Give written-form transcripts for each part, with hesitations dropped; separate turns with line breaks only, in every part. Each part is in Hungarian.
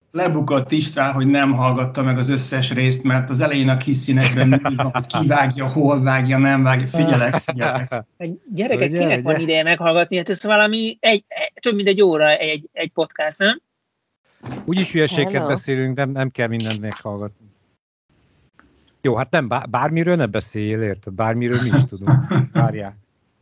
lebukott István, hogy nem hallgatta meg az összes részt, mert az elején a kis színekben hogy kivágja, hol vágja, nem vágja. Figyelek.
Gyerekek, kinek van ideje meghallgatni? Hát ez valami több mint egy óra egy podcast, nem?
Úgyis hülyeséget beszélünk, nem kell mindent meghallgatni. Jó, hát nem, bármiről ne beszéljél, érted? Bármiről mi is tudunk. Várjál.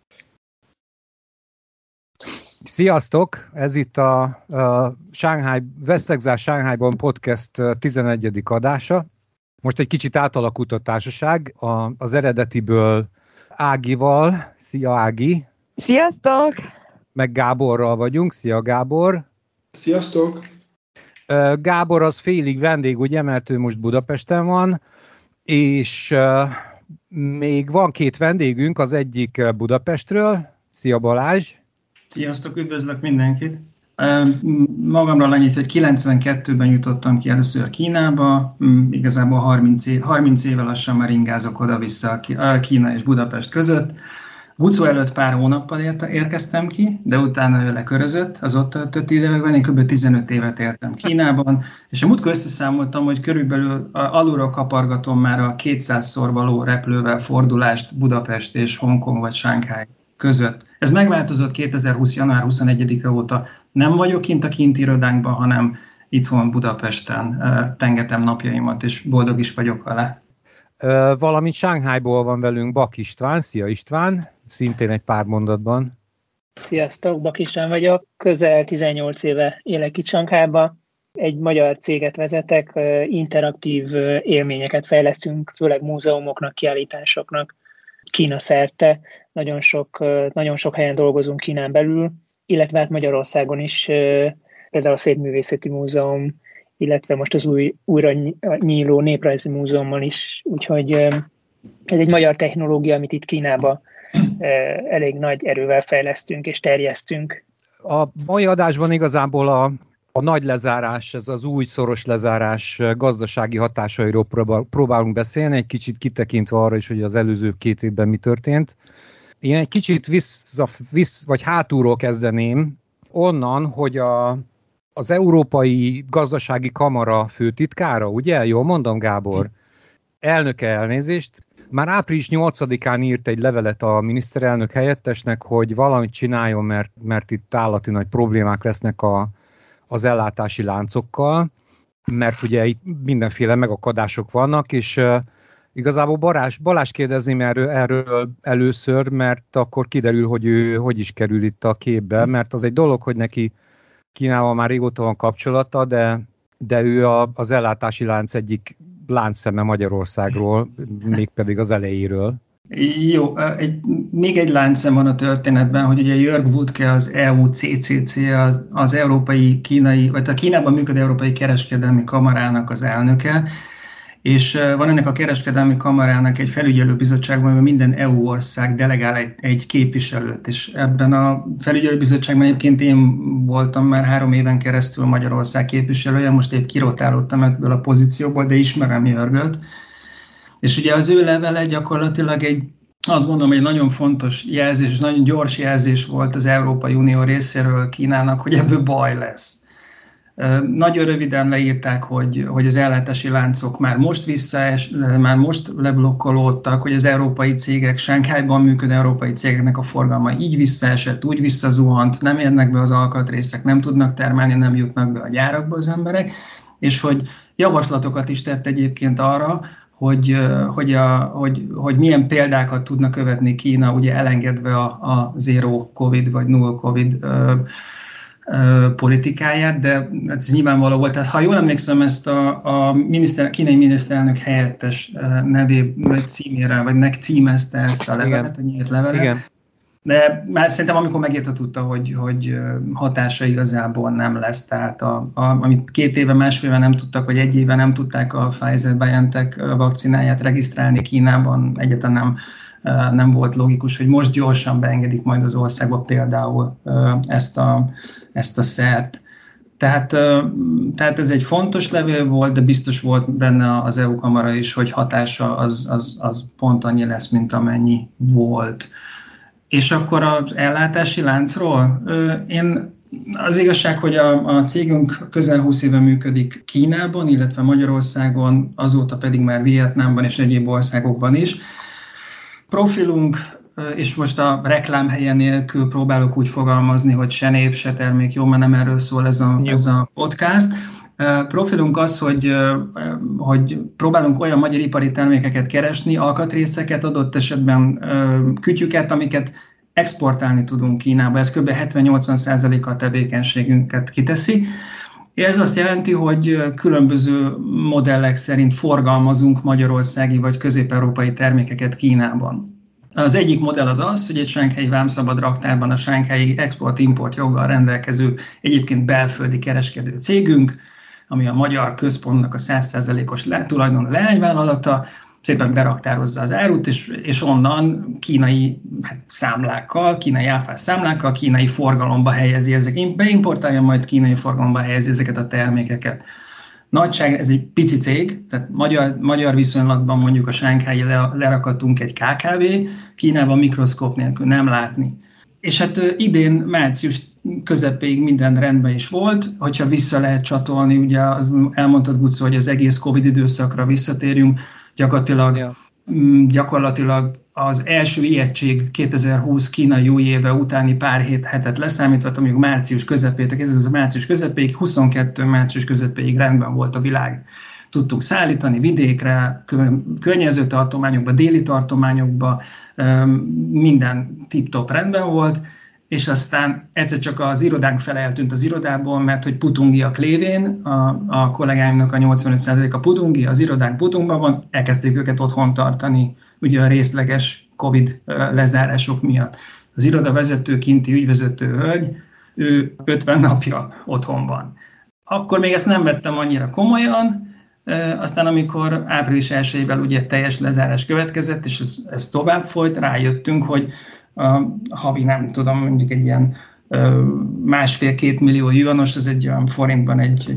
Sziasztok! Ez itt a Vesztegzár Shanghaiban podcast 11. adása. Most egy kicsit átalakult a társaság. Az eredetiből Ágival. Szia, Ági!
Sziasztok!
Meg Gáborral vagyunk. Szia, Gábor!
Sziasztok!
Gábor az félig vendég, ugye, mert ő most Budapesten van, és még van két vendégünk, az egyik Budapestről. Szia, Balázs!
Sziasztok, üdvözlök mindenkit! Magamról annyit, hogy 92-ben jutottam ki először Kínába, igazából 30 éve lassan már ingázok oda-vissza Kína és Budapest között. Vucó előtt pár hónappal érkeztem ki, de utána ő lekörözött az ott töltött időkben, én kb. 15 évet éltem Kínában, és a múltkor összeszámoltam, hogy körülbelül alulról kapargatom már a 200-szor való repülővel fordulást Budapest és Hongkong vagy Shanghai között. Ez megváltozott 2020. január 21-e óta. Nem vagyok kint a kint irodánkban, hanem itthon Budapesten tengetem napjaimat, és boldog is vagyok vele.
Valamint Shanghaiból van velünk Bak István. Szia, István! Szintén egy pár mondatban.
Sziasztok, Bak István vagyok. Közel 18 éve élek itt Shanghaiban. Egy magyar céget vezetek, interaktív élményeket fejlesztünk, főleg múzeumoknak, kiállításoknak Kína szerte. Nagyon sok helyen dolgozunk Kínán belül, illetve hát Magyarországon is, például a Szépművészeti Múzeum, illetve most az újra nyíló Néprajzi Múzeummal is. Úgyhogy ez egy magyar technológia, amit itt Kínában elég nagy erővel fejlesztünk és terjesztünk.
A mai adásban igazából a nagy lezárás, ez az új szoros lezárás gazdasági hatásairól próbálunk beszélni, egy kicsit kitekintve arra is, hogy az előző 2 évben mi történt. Én egy kicsit vagy hátulról kezdeném, onnan, hogy az Európai Gazdasági Kamara főtitkára, ugye? Jól mondom, Gábor? Elnöke, elnézést. Már április 8-án írt egy levelet a miniszterelnök helyettesnek, hogy valamit csináljon, mert itt állati nagy problémák lesznek az ellátási láncokkal, mert ugye itt mindenféle megakadások vannak, és igazából Balázs kérdezném erről először, mert akkor kiderül, hogy ő hogy is kerül itt a képbe, mert az egy dolog, hogy neki Kínával már régóta van kapcsolata, de ő az ellátási lánc egyik láncszeme Magyarországról, mégpedig az elejéről.
Jó, még egy láncszem van a történetben, hogy ugye Jörg Wuttke, az EUCCC, az Európai Kínai, vagy a Kínában működő Európai Kereskedelmi Kamarának az elnöke, és van ennek a kereskedelmi kamarának egy felügyelőbizottságban, amiben minden EU ország delegál egy képviselőt, és ebben a felügyelőbizottságban egyébként én voltam már 3 éven keresztül Magyarország képviselője, most épp kirotálódtam ebből a pozícióból, de ismerem Jörgöt. És ugye az ő levele gyakorlatilag azt gondolom, egy nagyon fontos jelzés, és nagyon gyors jelzés volt az Európai Unió részéről Kínának, hogy ebből baj lesz. Nagyon röviden leírták, hogy az ellátási láncok már most leblokkolódtak, hogy az európai cégek, Shanghaiban működő európai cégeknek a forgalma így visszaesett, úgy visszazuhant, nem érnek be az alkatrészek, nem tudnak termelni, nem jutnak be a gyárakba az emberek, és hogy javaslatokat is tett egyébként arra, hogy milyen példákat tudna követni Kína, ugye elengedve a zero covid vagy null covid politikáját, de ez nyilvánvaló volt. Tehát ha jól emlékszem, ezt a kínai miniszterelnök helyettes címére, vagy címezte ezt a levelet, a nyílt levelet. Igen. De már szerintem amikor megírta, tudta, hogy hatása igazából nem lesz. Tehát amit 2 éve, másfél éve nem tudtak, vagy 1 éve nem tudták a Pfizer-BioNTech vakcináját regisztrálni Kínában, egyáltalán nem volt logikus, hogy most gyorsan beengedik majd az országba például ezt a szert. Tehát ez egy fontos levél volt, de biztos volt benne az EU kamara is, hogy hatása az pont annyi lesz, mint amennyi volt. És akkor az ellátási láncról én Az igazság, hogy a cégünk közel 20 éve működik Kínában, illetve Magyarországon, azóta pedig már Vietnámban és egyéb országokban is. Profilunk, és most a reklámhelye nélkül próbálok úgy fogalmazni, hogy se név, se termék, jó, mert nem erről szól ez a podcast. Profilunk az, hogy próbálunk olyan magyar ipari termékeket keresni, alkatrészeket, adott esetben kütyüket, amiket exportálni tudunk Kínába. Ez kb. 70-80%-a a tevékenységünket kiteszi. Ez azt jelenti, hogy különböző modellek szerint forgalmazunk magyarországi vagy közép-európai termékeket Kínában. Az egyik modell az, hogy egy sánghái vámszabad raktárban a sánghái export-import joggal rendelkező egyébként belföldi kereskedő cégünk, ami a magyar központnak a 100%-os tulajdon leányvállalata, szépen beraktározza az árut, és onnan kínai számlákkal, kínai áfás számlákkal, kínai forgalomba helyezi ezeket, beimportálja, majd kínai forgalomba helyezi ezeket a termékeket. Nagyság, ez egy pici cég, tehát magyar viszonylatban mondjuk a sánghái lerakatunk egy KKV, Kínában mikroszkóp nélkül nem látni. És hát idén március közepéig minden rendben is volt, hogyha vissza lehet csatolni, ugye elmondtad, Gucci, hogy az egész Covid időszakra visszatérjünk, gyakorlatilag az első ijegység 2020 kínai új éve utáni pár hetet leszámítva, mondjuk március közepéig, 22 március közepéig rendben volt a világ. Tudtunk szállítani vidékre, környező tartományokba, déli tartományokba, minden tip-top rendben volt, és aztán egyszer csak az irodánk fele eltűnt az irodából, mert hogy putungiak lévén, a kollégáimnak a 85%-a putungi, az irodánk Putungban van, elkezdték őket otthon tartani, ugye a részleges Covid lezárások miatt. Az irodavezető, kinti ügyvezető hölgy, ő 50 napja otthon van. Akkor még ezt nem vettem annyira komolyan, aztán amikor április 1-ével ugye teljes lezárás következett, és ez tovább folyt, rájöttünk, hogy havi nem tudom, mondjuk egy ilyen 1,5-2 millió juanos, ez egy olyan forintban egy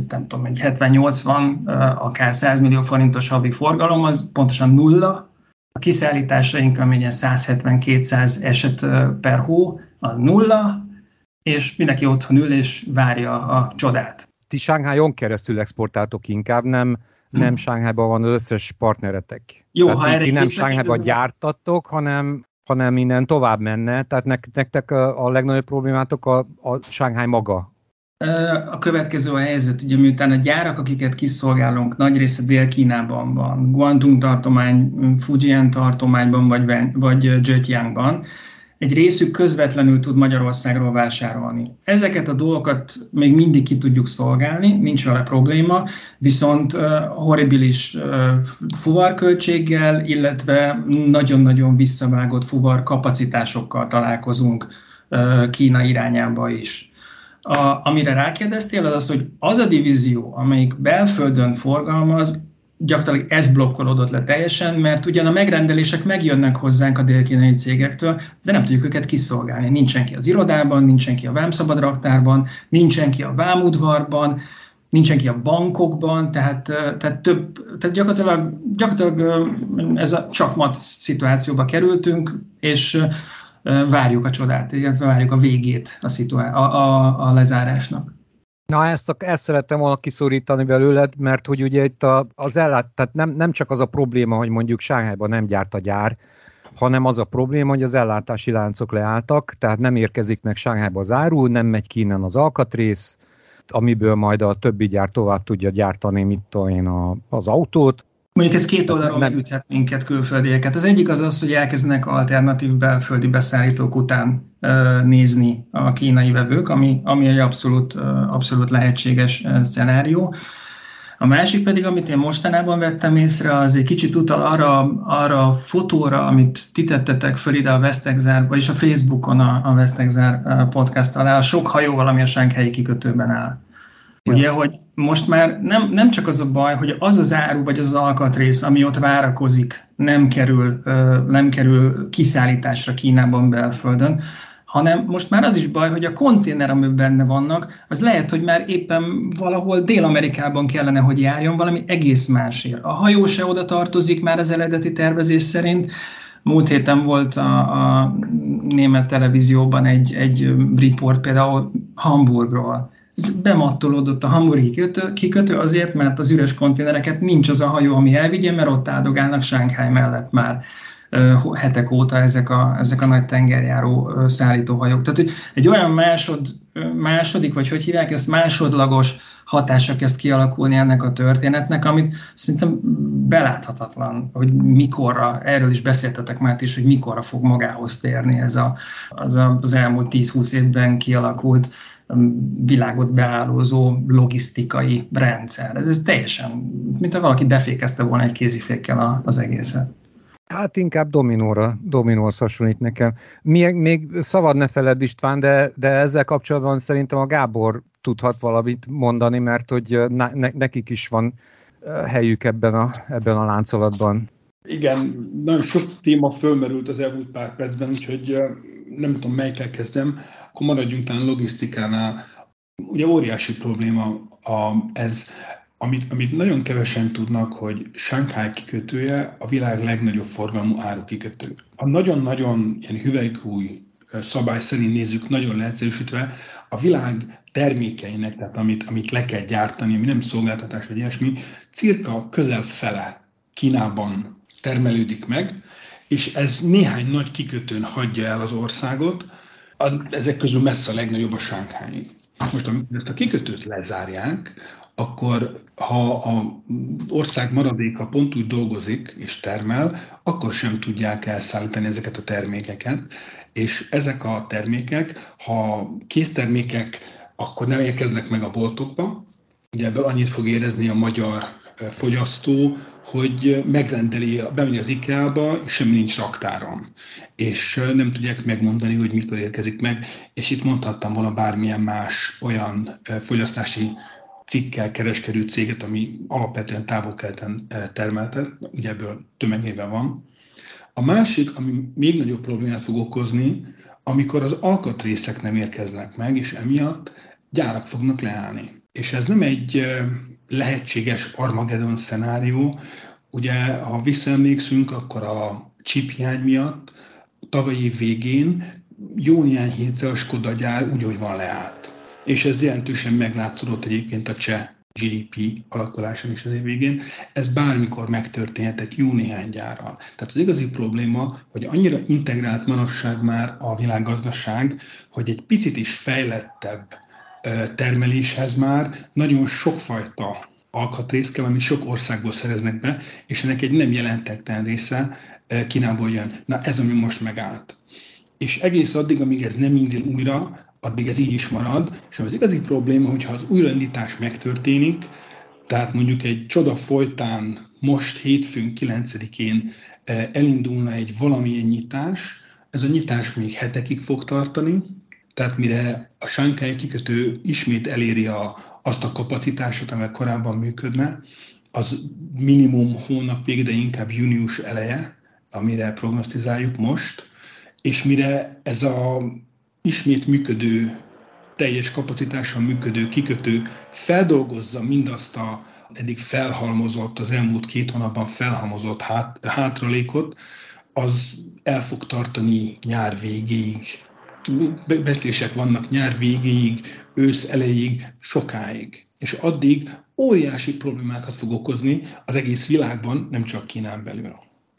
70-80, akár 100 millió forintos havi forgalom, az pontosan nulla. A kiszállításaink, amilyen 170-200 eset per hó, az nulla, és mindenki otthon ül és várja a csodát.
Ti Sánghájon keresztül exportáltok inkább, nem Sánghájban van az összes partneretek.
Jó,
tehát ti nem Sánghájban gyártattok, hanem innen tovább menne, tehát nektek a legnagyobb problémátok a Sángháj maga.
A következő a helyzet, ugye miután a gyárak, akiket kiszolgálunk, nagy része Dél-Kínában van, Guangdong tartomány, Fujian tartományban vagy Zhejiangban, egy részük közvetlenül tud Magyarországról vásárolni. Ezeket a dolgokat még mindig ki tudjuk szolgálni, nincs vele probléma, viszont horribilis fuvarköltséggel, illetve nagyon-nagyon visszavágott fuvar kapacitásokkal találkozunk Kína irányába is. Amire rákérdeztél, az, hogy az a divízió, amelyik belföldön forgalmaz, gyakorlatilag ez blokkolódott le teljesen, mert ugyan a megrendelések megjönnek hozzánk a dél-kínai cégektől, de nem tudjuk őket kiszolgálni. Nincsen ki az irodában, nincsen ki a vámszabad raktárban, nincsen ki a vámudvarban, nincsen ki a bankokban, tehát gyakorlatilag ez a csakmat szituációba kerültünk, és várjuk a csodát, illetve várjuk a végét a lezárásnak.
Na, ezt szerettem volna kiszorítani belőled, mert hogy ugye itt tehát nem csak az a probléma, hogy mondjuk Sánghájban nem gyárt a gyár, hanem az a probléma, hogy az ellátási láncok leálltak, tehát nem érkezik meg Sánghájba az áru, nem megy ki innen az alkatrész, amiből majd a többi gyár tovább tudja gyártani, mit tudom én, az autót.
Mondjuk ez két oldalról megüthet minket külföldieket. Az egyik az, hogy elkezdenek alternatív belföldi beszállítók után nézni a kínai vevők, ami egy abszolút lehetséges szenárió. A másik pedig, amit én mostanában vettem észre, az egy kicsit utal arra a fotóra, amit ti tettetek föl ide a Vesztegzár, vagyis a Facebookon a Vesztegzár podcast alá, a sok hajóval, ami a sánghelyi kikötőben áll. Ugye, hogy most már nem csak az a baj, hogy az az áru, vagy az az alkatrész, ami ott várakozik, nem kerül kiszállításra Kínában belföldön, hanem most már az is baj, hogy a konténer, amiben benne vannak, az lehet, hogy már éppen valahol Dél-Amerikában kellene, hogy járjon valami egész másért. A hajó se oda tartozik már az eredeti tervezés szerint, Múlt héten volt a német televízióban egy riport például Hamburgról. Bemattolódott a hamburgi kikötő azért, mert az üres konténereket nincs az a hajó, ami elvigye, mert ott áldogálnak Shanghai mellett már hetek óta ezek a nagy tengerjáró szállítóhajók. Tehát egy olyan második, vagy hogy hívják ezt, másodlagos hatása kezd kialakulni ennek a történetnek, amit szerintem beláthatatlan, hogy mikorra, erről is beszéltetek már is, hogy mikorra fog magához térni ez az elmúlt 10-20 évben kialakult világot behálózó logisztikai rendszer. Ez teljesen, mint ha valaki befékezte volna egy kézifékkel az egészet.
Hát inkább dominóhoz hasonlít nekem. Még szabad ne feledd, István, de ezzel kapcsolatban szerintem a Gábor tudhat valamit mondani, mert hogy nekik is van helyük ebben a láncolatban.
Igen, nagyon sok téma fölmerült az elmúlt pár percben, úgyhogy nem tudom, melyikkel kezdem. Akkor maradjunk talán logisztikánál. Ugye óriási probléma ez, amit nagyon kevesen tudnak, hogy Shanghai kikötője a világ legnagyobb forgalmú árukikötő. A nagyon-nagyon ilyen hüvelykúj szabály szerint nézzük, nagyon leegyszerűsítve, a világ termékeinek, tehát amit le kell gyártani, ami nem szolgáltatás vagy ilyesmi, cirka közel fele Kínában termelődik meg, és ez néhány nagy kikötőn hagyja el az országot, ezek közül messze a legnagyobb a Shanghai. Most, amikor ezt a kikötőt lezárják, akkor ha az ország maradéka pont úgy dolgozik és termel, akkor sem tudják elszállítani ezeket a termékeket, és ezek a termékek, ha késztermékek, akkor nem érkeznek meg a boltokba. Ugye ebből annyit fog érezni a magyar fogyasztó, hogy megrendeli, bemegy az IKEA-ba, és semmi nincs raktáron. És nem tudják megmondani, hogy mikor érkezik meg, és itt mondhattam volna bármilyen más olyan fogyasztási cikkel kereskedő céget, ami alapvetően távol-keleten termeltet, ugye ebből tömegében van. A másik, ami még nagyobb problémát fog okozni, amikor az alkatrészek nem érkeznek meg, és emiatt gyárak fognak leállni. És ez nem egy lehetséges Armageddon szenárió. Ugye, ha visszaemlékszünk, akkor a chiphiány miatt tavalyi év végén jó néhány hétre a Skoda gyár úgy, hogy van, leállt. És ez jelentősen meglátszódott egyébként a cseh GDP alakuláson is az év végén. Ez bármikor megtörténhetett jó néhány gyárral. Tehát az igazi probléma, hogy annyira integrált manapság már a világgazdaság, hogy egy picit is fejlettebb termeléshez már nagyon sokfajta alkatrész kell, amit sok országból szereznek be, és ennek egy nem jelentéktelen része Kínából jön. Na ez, ami most megállt. És egész addig, amíg ez nem indul újra, addig ez így is marad, és az igazi probléma, hogyha az újraindítás megtörténik, tehát mondjuk egy csoda folytán most hétfőn 9-én elindulna egy valamilyen nyitás, ez a nyitás még hetekig fog tartani, tehát mire a Shanghai kikötő ismét eléri azt a kapacitást, amely korábban működne, az minimum hónapig, de inkább június eleje, amire prognosztizáljuk most, és mire ez a ismét működő, teljes kapacitással működő kikötő feldolgozza mindazt a eddig felhalmozott, az elmúlt 2 hónapban felhalmozott hátralékot, az el fog tartani nyár végéig. Becslések vannak nyár végéig, ősz elejéig, sokáig. És addig óriási problémákat fog okozni az egész világban, nem csak Kínán belül.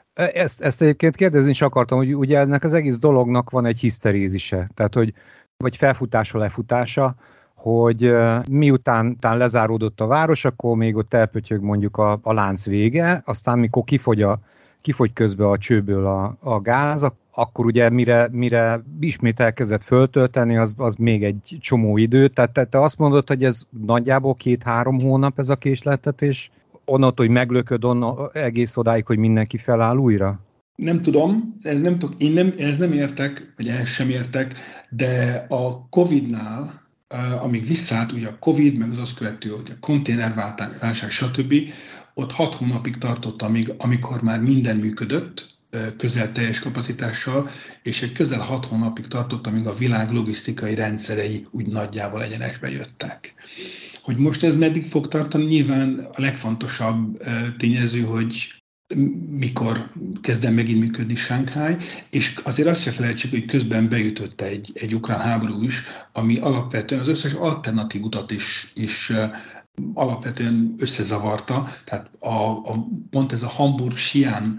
Ezt egyébként kérdezni is akartam, hogy ugye ennek az egész dolognak van egy hiszterézise, tehát hogy vagy felfutása, lefutása, hogy miután lezáródott a város, akkor még ott elpötyög mondjuk a lánc vége, aztán mikor kifogy közben a csőből a gáz, akkor ugye mire ismét elkezdett föltölteni, az még egy csomó idő. Tehát te azt mondod, hogy ez nagyjából 2-3 hónap ez a késleltetés, onnantól, hogy meglököd egész odáig, hogy mindenki feláll újra?
Nem tudom, ez nem értek, vagy ehhez sem értek, de a Covid-nál, amíg visszaállt ugye a Covid, meg az azt követő, hogy a konténerváltás, stb., ott 6 hónapig tartott, amikor már minden működött, közel teljes kapacitással, és egy közel 6 hónapig tartott, amíg a világ logisztikai rendszerei úgy nagyjából egyenesbe jöttek. Hogy most ez meddig fog tartani, nyilván a legfontosabb tényező, hogy mikor kezdem megint működni Shanghai, és azért azt se felejtsük, hogy közben beütött egy ukrán háború is, ami alapvetően az összes alternatív utat is alapvetően összezavarta, tehát pont ez a Hamburg-Xi'an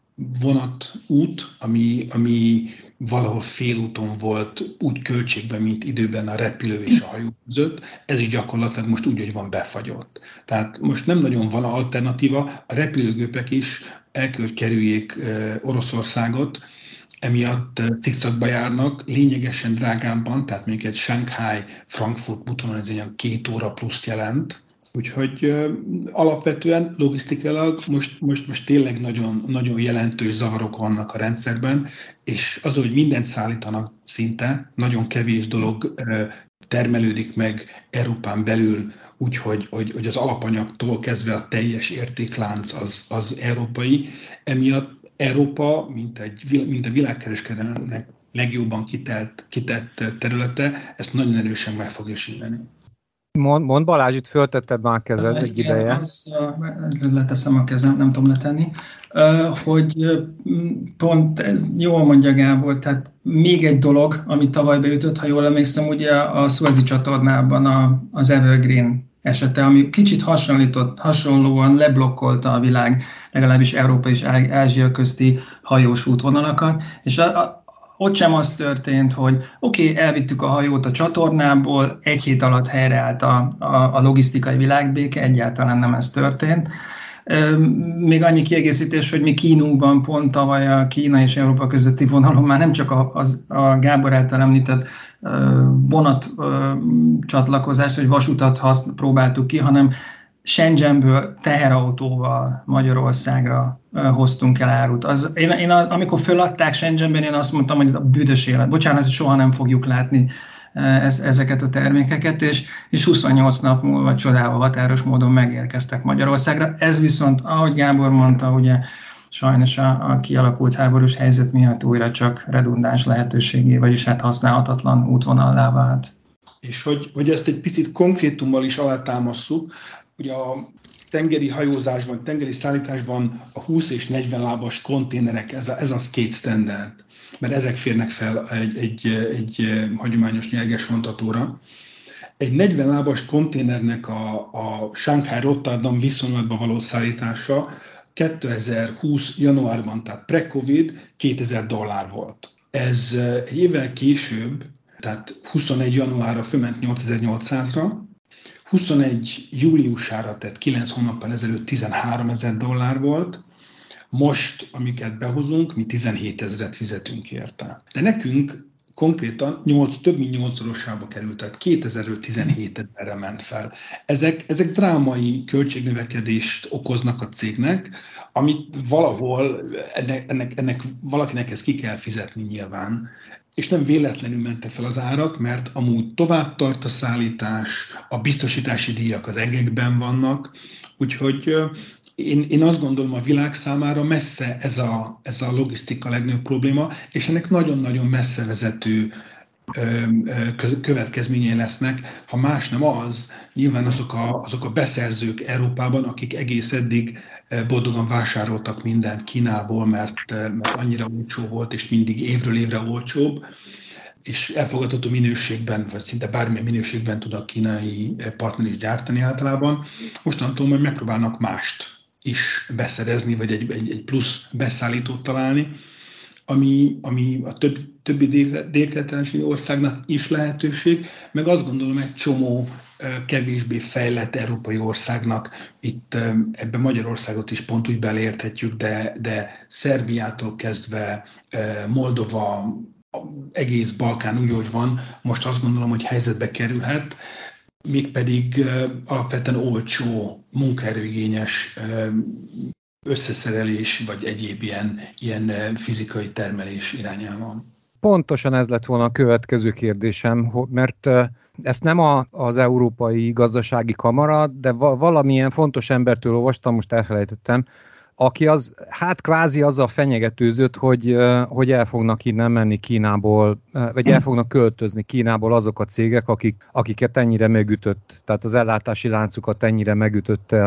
vonatút, ami valahol félúton volt, úgy költségben, mint időben a repülő és a hajó között, ez így gyakorlatilag most úgy, hogy van befagyott. Tehát most nem nagyon van alternatíva, a repülőgépek is el kell, hogy kerüljék Oroszországot, emiatt cikcakba járnak, lényegesen drágábban, tehát még egy Shanghai-Frankfurt útvonal ez olyan 2 óra plusz jelent. Úgyhogy alapvetően logisztikailag most tényleg nagyon, nagyon jelentős zavarok vannak a rendszerben, és az, hogy mindent szállítanak szinte, nagyon kevés dolog termelődik meg Európán belül, úgyhogy hogy az alapanyagtól kezdve a teljes értéklánc az európai. Emiatt Európa, mint a világkereskedelemnek legjobban kitett területe, ezt nagyon erősen meg fogja sínleni.
Mond Balázs, itt föltetted már a kezed egy ideje.
Leteszem a kezem, nem tudom letenni, hogy pont ez jól mondja Gábor, tehát még egy dolog, ami tavaly beütött, ha jól emlékszem, ugye a Suezi csatornában az Evergreen esete, ami kicsit hasonlóan leblokkolta a világ, legalábbis Európa és Ázsia közti hajós útvonalakat, és ott sem az történt, hogy elvittük a hajót a csatornából, 1 hét alatt helyreállt a logisztikai világbéke, egyáltalán nem ez történt. Még annyi kiegészítés, hogy mi Kínunkban pont tavaly a Kína és Európa közötti vonalon már nem csak a Gábor által említett vonat csatlakozást, vagy vasutat próbáltuk ki, hanem Shenzhenből teherautóval Magyarországra hoztunk el árut. Amikor föladták Shenzhenben, én azt mondtam, hogy a büdös élet. Bocsánat, hogy soha nem fogjuk látni ezeket a termékeket, és 28 nap múlva csodálva határos módon megérkeztek Magyarországra. Ez viszont, ahogy Gábor mondta, ugye sajnos a kialakult háborús helyzet miatt újra csak redundáns lehetőségé, vagyis hát használhatatlan útvonallá vált.
És hogy ezt egy picit konkrétummal is alátámasszuk, ugye a tengeri hajózásban, tengeri szállításban a 20 és 40 lábas konténerek, ez az 2 standard, mert ezek férnek fel egy hagyományos nyerges vontatóra. Egy 40 lábas konténernek a Shanghai-Rotterdam viszonylatban való szállítása 2020. januárban, tehát pre-Covid $2000 volt. Ez egy évvel később, tehát 21 januárra fölment 8800-ra, 21 júliusára, tehát 9 hónappal ezelőtt $13,000 volt, most, amiket behozunk, mi 17,000 fizetünk érte. De nekünk konkrétan több mint 8-szorosába került, tehát 2000-ről 17,000-re ment fel. Ezek drámai költségnövekedést okoznak a cégnek, amit valahol ennek valakinek ezt ki kell fizetni nyilván. És nem véletlenül mente fel az árak, mert amúgy tovább tart a szállítás, a biztosítási díjak az egekben vannak, úgyhogy én azt gondolom, a világ számára messze ez a logisztika legnagyobb probléma, és ennek nagyon-nagyon messze vezető következményei lesznek, ha más nem az, nyilván azok a beszerzők Európában, akik egész eddig boldogan vásároltak mindent Kínából, mert annyira olcsó volt, és mindig évről évre olcsóbb, és elfogadható minőségben, vagy szinte bármilyen minőségben tud a kínai partner is gyártani általában. Mostantól majd megpróbálnak mást is beszerezni, vagy egy plusz beszállítót találni, ami a többi dél-kelet-ázsiai országnak is lehetőség, meg azt gondolom egy csomó kevésbé fejlett európai országnak, itt ebbe Magyarországot is pont úgy beleérthetjük, de Szerbiától kezdve Moldova, egész Balkán úgy, hogy van, most azt gondolom, hogy helyzetbe kerülhet, mégpedig alapvetően olcsó, munkaerőigényes összeszerelés, vagy egyéb ilyen fizikai termelés irányában.
Pontosan ez lett volna a következő kérdésem, mert ezt nem az Európai Gazdasági Kamara, de valamilyen fontos embertől olvastam, most elfelejtettem, aki kvázi azzal fenyegetőzött, hogy el fognak innen menni Kínából, vagy el fognak költözni Kínából azok a cégek, akiket ennyire megütött, tehát az ellátási láncukat ennyire megütötte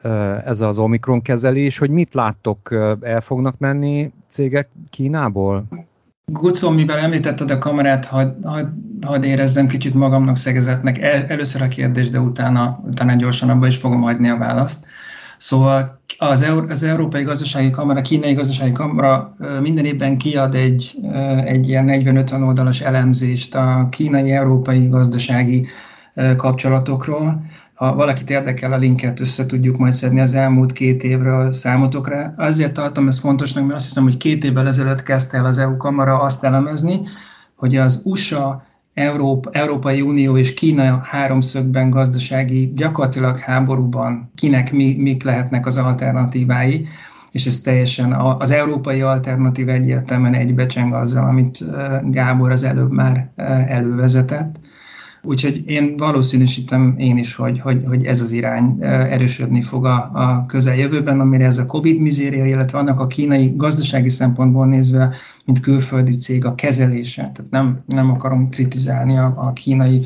ez az Omikron kezelés, hogy mit láttok, el fognak menni cégek Kínából?
Gucó, mivel említetted a kamerát, hadd érezzem kicsit magamnak szegezetnek. Először a kérdés, de utána gyorsan abba is fogom hagyni a választ. Szóval az Európai Gazdasági Kamara, Kínai Gazdasági Kamara minden évben kiad egy ilyen 40-50 oldalas elemzést a kínai-európai gazdasági kapcsolatokról. Ha valakit érdekel, a linket össze tudjuk majd szedni az elmúlt 2 évről számotokra. Azért tartom ezt fontosnak, mert azt hiszem, hogy 2 évvel ezelőtt kezdte el az EU Kamara azt elemezni, hogy az USA, Európai Unió és Kína háromszögben gazdasági gyakorlatilag háborúban kinek mik lehetnek az alternatívái, és ez teljesen az európai alternatív egyértelműen egybecseng azzal, amit Gábor az előbb már elővezetett. Úgyhogy én valószínűsítem én is, hogy ez az irány erősödni fog a közeljövőben, amire ez a Covid mizéria, illetve annak a kínai gazdasági szempontból nézve, mint külföldi cég a kezelése. Tehát nem akarom kritizálni a kínai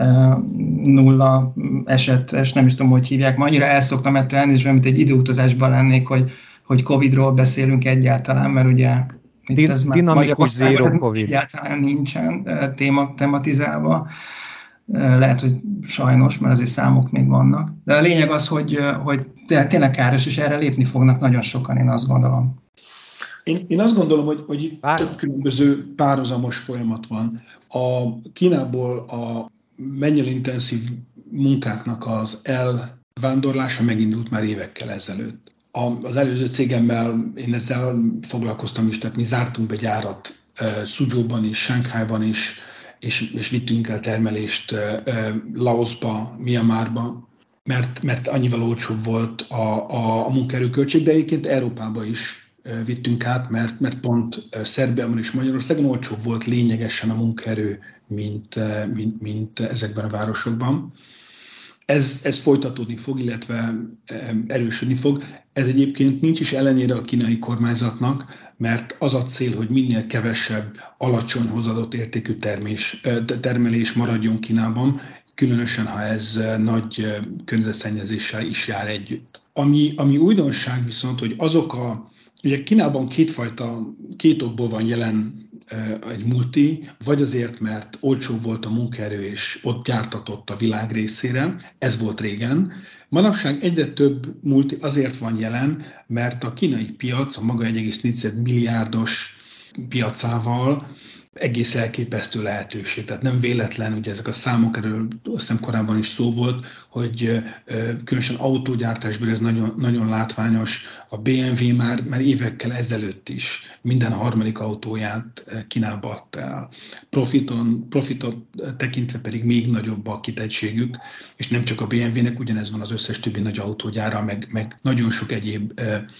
nulla eset, és nem is tudom, hogy hívják. Ma annyira elszoktam ettől elnézve, mint egy időutazásban lennék, hogy Covidról beszélünk egyáltalán, mert ugye
itt ez dinamikus zero Covid
egyáltalán nincsen tematizálva. Lehet, hogy sajnos, mert azért számok még vannak. De a lényeg az, hogy tényleg káros, és erre lépni fognak nagyon sokan, én azt gondolom.
Én azt gondolom, hogy itt több különböző párhuzamos folyamat van. A Kínából a mennyel intenzív munkáknak az elvándorlása megindult már évekkel ezelőtt. Az előző cégemmel én ezzel foglalkoztam is, tehát mi zártunk be gyárat Szuzsóban is, Shanghaiban is, és vittünk el termelést Laoszba, Myanmarba, mert annyival olcsóbb volt a munkaerőköltség, de egyébként Európába is vittünk át, mert pont Szerbiában és Magyarországon olcsóbb volt lényegesen a munkaerő, mint ezekben a városokban. Ez folytatódni fog, illetve erősödni fog. Ez egyébként nincs is ellenére a kínai kormányzatnak, mert az a cél, hogy minél kevesebb alacsony hozzáadott értékű termelés maradjon Kínában, különösen ha ez nagy környezetszennyezéssel is jár együtt. Ami újdonság viszont, hogy ugye Kínában két okból van jelen egy multi, vagy azért, mert olcsó volt a munkaerő, és ott gyártatott a világ részére, ez volt régen. Manapság egyre több multi azért van jelen, mert a kínai piac a maga 1,4 milliárdos piacával egész elképesztő lehetőség. Tehát nem véletlen, ugye ezek a számok, erről azt hiszem korábban is szó volt, hogy különösen autógyártásból ez nagyon, nagyon látványos. A BMW már évekkel ezelőtt is minden harmadik autóját Kínába adta el. Profitot tekintve pedig még nagyobb a kitettségük, és nem csak a BMW-nek, ugyanez van az összes többi nagy autógyára, meg nagyon sok egyéb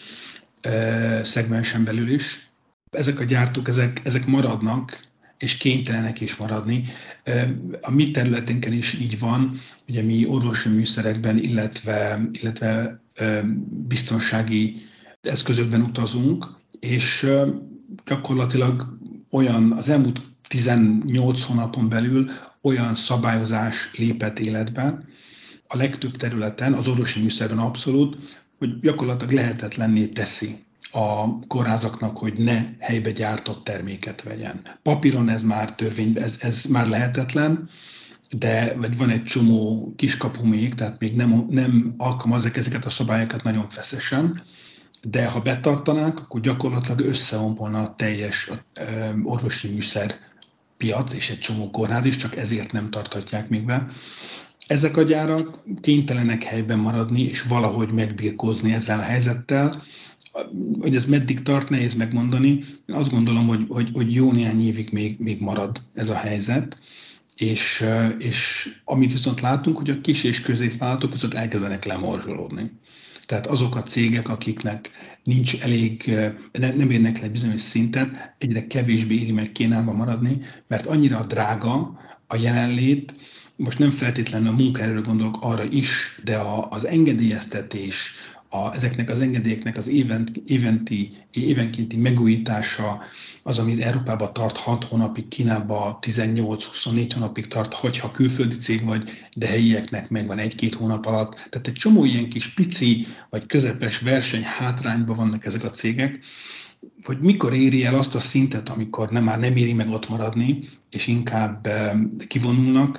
szegmensen belül is. Ezek a gyártók, ezek maradnak, és kénytelenek is maradni. A mi területénken is így van, ugye mi orvosi műszerekben, illetve biztonsági eszközökben utazunk, és gyakorlatilag az elmúlt 18 hónapon belül olyan szabályozás lépett életbe, a legtöbb területen, az orvosi műszerben abszolút, hogy gyakorlatilag lehetetlenné teszi a kórházaknak, hogy ne helybe gyártott terméket vegyen. Papíron ez már ez már lehetetlen, de vagy van egy csomó kiskapu még, tehát még nem alkalmazzák ezeket a szabályokat nagyon feszesen, de ha betartanák, akkor gyakorlatilag összeombolna a teljes orvosi műszer piac és egy csomó kórház is, csak ezért nem tartatják még be. Ezek a gyárak kénytelenek helyben maradni, és valahogy megbirkózni ezzel a helyzettel. Hogy ez meddig tart, nehéz megmondani. Én azt gondolom, hogy jó néhány évig még marad ez a helyzet, és amit viszont látunk, hogy a kis és középvállalatok viszont elkezdenek lemorzsolódni. Tehát azok a cégek, akiknek nincs elég, nem érnek le egy bizonyos szintet, egyre kevésbé éri meg Kínában maradni, mert annyira drága a jelenlét, most nem feltétlenül a munkaerőre gondolok arra is, de az engedélyeztetés, ezeknek az engedélyeknek az évenkénti megújítása, az, amit Európában tart 6 hónapig, Kínában 18-24 hónapig tart, hogyha külföldi cég vagy, de helyieknek megvan 1-2 hónap alatt. Tehát egy csomó ilyen kis pici vagy közepes verseny hátrányban vannak ezek a cégek, hogy mikor éri el azt a szintet, amikor már nem éri meg ott maradni, és inkább kivonulnak.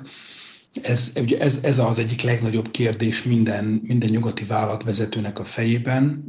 Ez az egyik legnagyobb kérdés minden nyugati vállalatvezetőnek a fejében.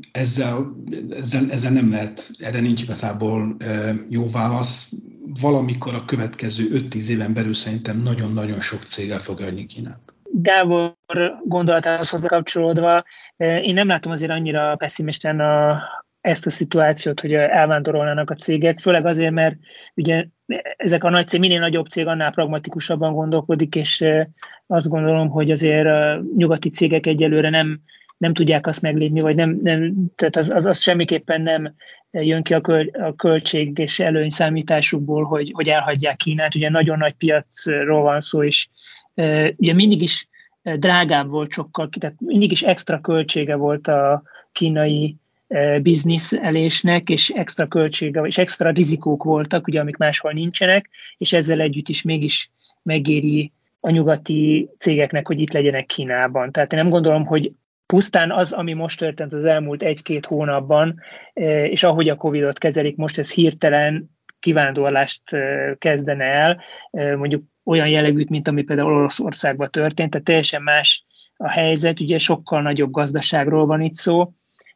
Ezzel nem lehet, erre nincs igazából jó válasz. Valamikor a következő 5-10 éven belül szerintem nagyon-nagyon sok céggel fog ölni Kínát.
Gábor gondolatához hozzá kapcsolódva, én nem látom azért annyira pessimisten ezt a szituációt, hogy elvándorolnának a cégek, főleg azért, mert ugye ezek a nagy cég, minél nagyobb cég, annál pragmatikusabban gondolkodik, és azt gondolom, hogy azért a nyugati cégek egyelőre nem tudják azt meglépni, vagy tehát az semmiképpen nem jön ki a költség és előny számításukból, hogy elhagyják Kínát. Ugye nagyon nagy piacról van szó, és ugye mindig is drágább volt sokkal, tehát mindig is extra költsége volt a kínai bizniszelésnek, és extra költsége, és extra rizikók voltak, ugye, amik máshol nincsenek, és ezzel együtt is mégis megéri a nyugati cégeknek, hogy itt legyenek Kínában. Tehát én nem gondolom, hogy pusztán az, ami most történt az elmúlt 1-2 hónapban, és ahogy a Covid-ot kezelik, most ez hirtelen kivándorlást kezdene el, mondjuk olyan jellegűt, mint ami például Oroszországban történt, tehát teljesen más a helyzet, ugye sokkal nagyobb gazdaságról van itt szó,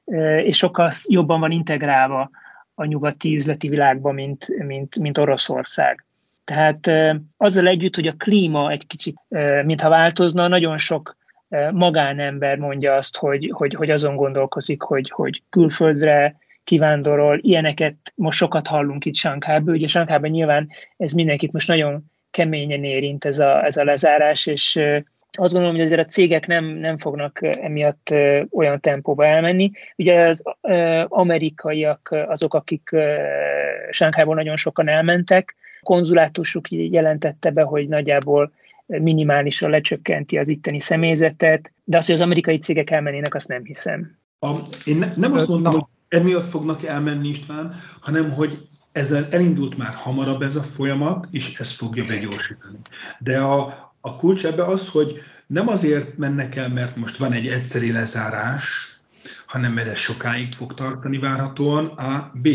és sokkal jobban van integrálva a nyugati üzleti világba, mint Oroszország. Tehát azzal együtt, hogy a klíma egy kicsit, mintha változna, nagyon sok magánember mondja azt, hogy azon gondolkozik, hogy külföldre kivándorol. Ilyeneket most sokat hallunk itt Sanghajban. Ugye Sanghajban nyilván ez mindenkit most nagyon keményen érint ez a lezárás, és azt gondolom, hogy azért a cégek nem fognak emiatt olyan tempóba elmenni. Ugye az amerikaiak azok, akik Sanghajból nagyon sokan elmentek. A konzulátusuk jelentette be, hogy nagyjából minimálisra lecsökkenti az itteni személyzetet, de azt, hogy az amerikai cégek elmennének, azt nem hiszem.
Én nem azt mondtam, hogy emiatt fognak elmenni, István, hanem hogy ezzel elindult már hamarabb ez a folyamat, és ez fogja begyorsítani. De a kulcs ebbe az, hogy nem azért mennek el, mert most van egy egyszeri lezárás, hanem mert ez sokáig fog tartani várhatóan. A, B,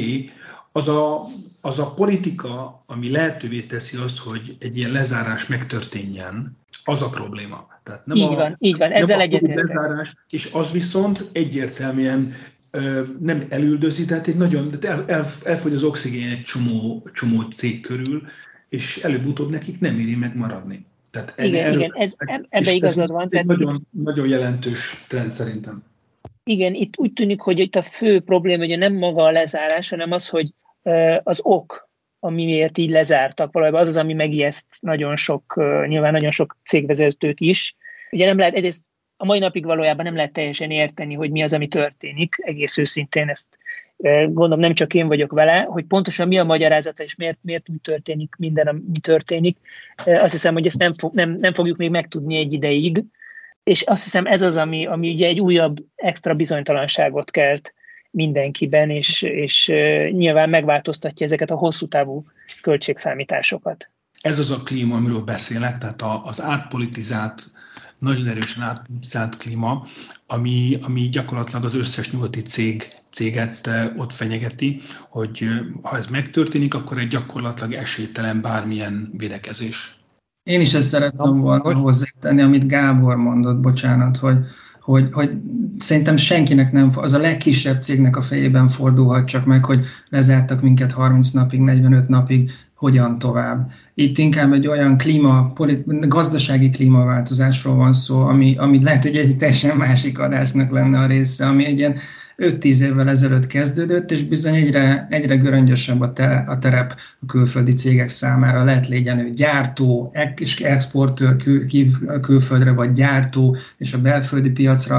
az a politika, ami lehetővé teszi azt, hogy egy ilyen lezárás megtörténjen, az a probléma. Tehát nem
így van, ezzel egyetértek.
Lezárás, és az viszont egyértelműen nem elüldözi, tehát elfogy az oxigén egy csomó cég körül, és előbb-utóbb nekik nem éri megmaradni. Tehát
igen, ebbe igazad van.
Ez nagyon, nagyon jelentős trend szerintem.
Igen, itt úgy tűnik, hogy itt a fő probléma ugye nem maga a lezárás, hanem az, hogy az ok, amiért így lezártak, valójában az, ami megijeszt nyilván nagyon sok cégvezetőt is. Ugye nem lehet, egyrészt a mai napig valójában nem lehet teljesen érteni, hogy mi az, ami történik. Egész őszintén ezt gondolom, nem csak én vagyok vele, hogy pontosan mi a magyarázata, és miért úgy történik minden, ami történik. Azt hiszem, hogy ezt nem fogjuk még megtudni egy ideig. És azt hiszem, ez az, ami ugye egy újabb extra bizonytalanságot kelt mindenkiben, és nyilván megváltoztatja ezeket a hosszú távú költségszámításokat.
Ez az a klíma, amiről beszélek, tehát az átpolitizált, nagyon erősen átpolitizált klíma, ami gyakorlatilag az összes nyugati céget ott fenyegeti, hogy ha ez megtörténik, akkor egy gyakorlatilag esélytelen bármilyen védekezés.
Én is ezt szeretném volna hozzátenni, amit Gábor mondott, bocsánat, hogy szerintem senkinek nem, az a legkisebb cégnek a fejében fordulhat csak meg, hogy lezártak minket 30 napig, 45 napig, hogyan tovább. Itt inkább egy olyan gazdasági klímaváltozásról van szó, ami lehet, hogy egy teljesen másik adásnak lenne a része, ami egy ilyen 5-10 évvel ezelőtt kezdődött, és bizony egyre göröngyösebb a terep a külföldi cégek számára. Lehet legyen ő gyártó, és exportőr külföldre, vagy gyártó, és a belföldi piacra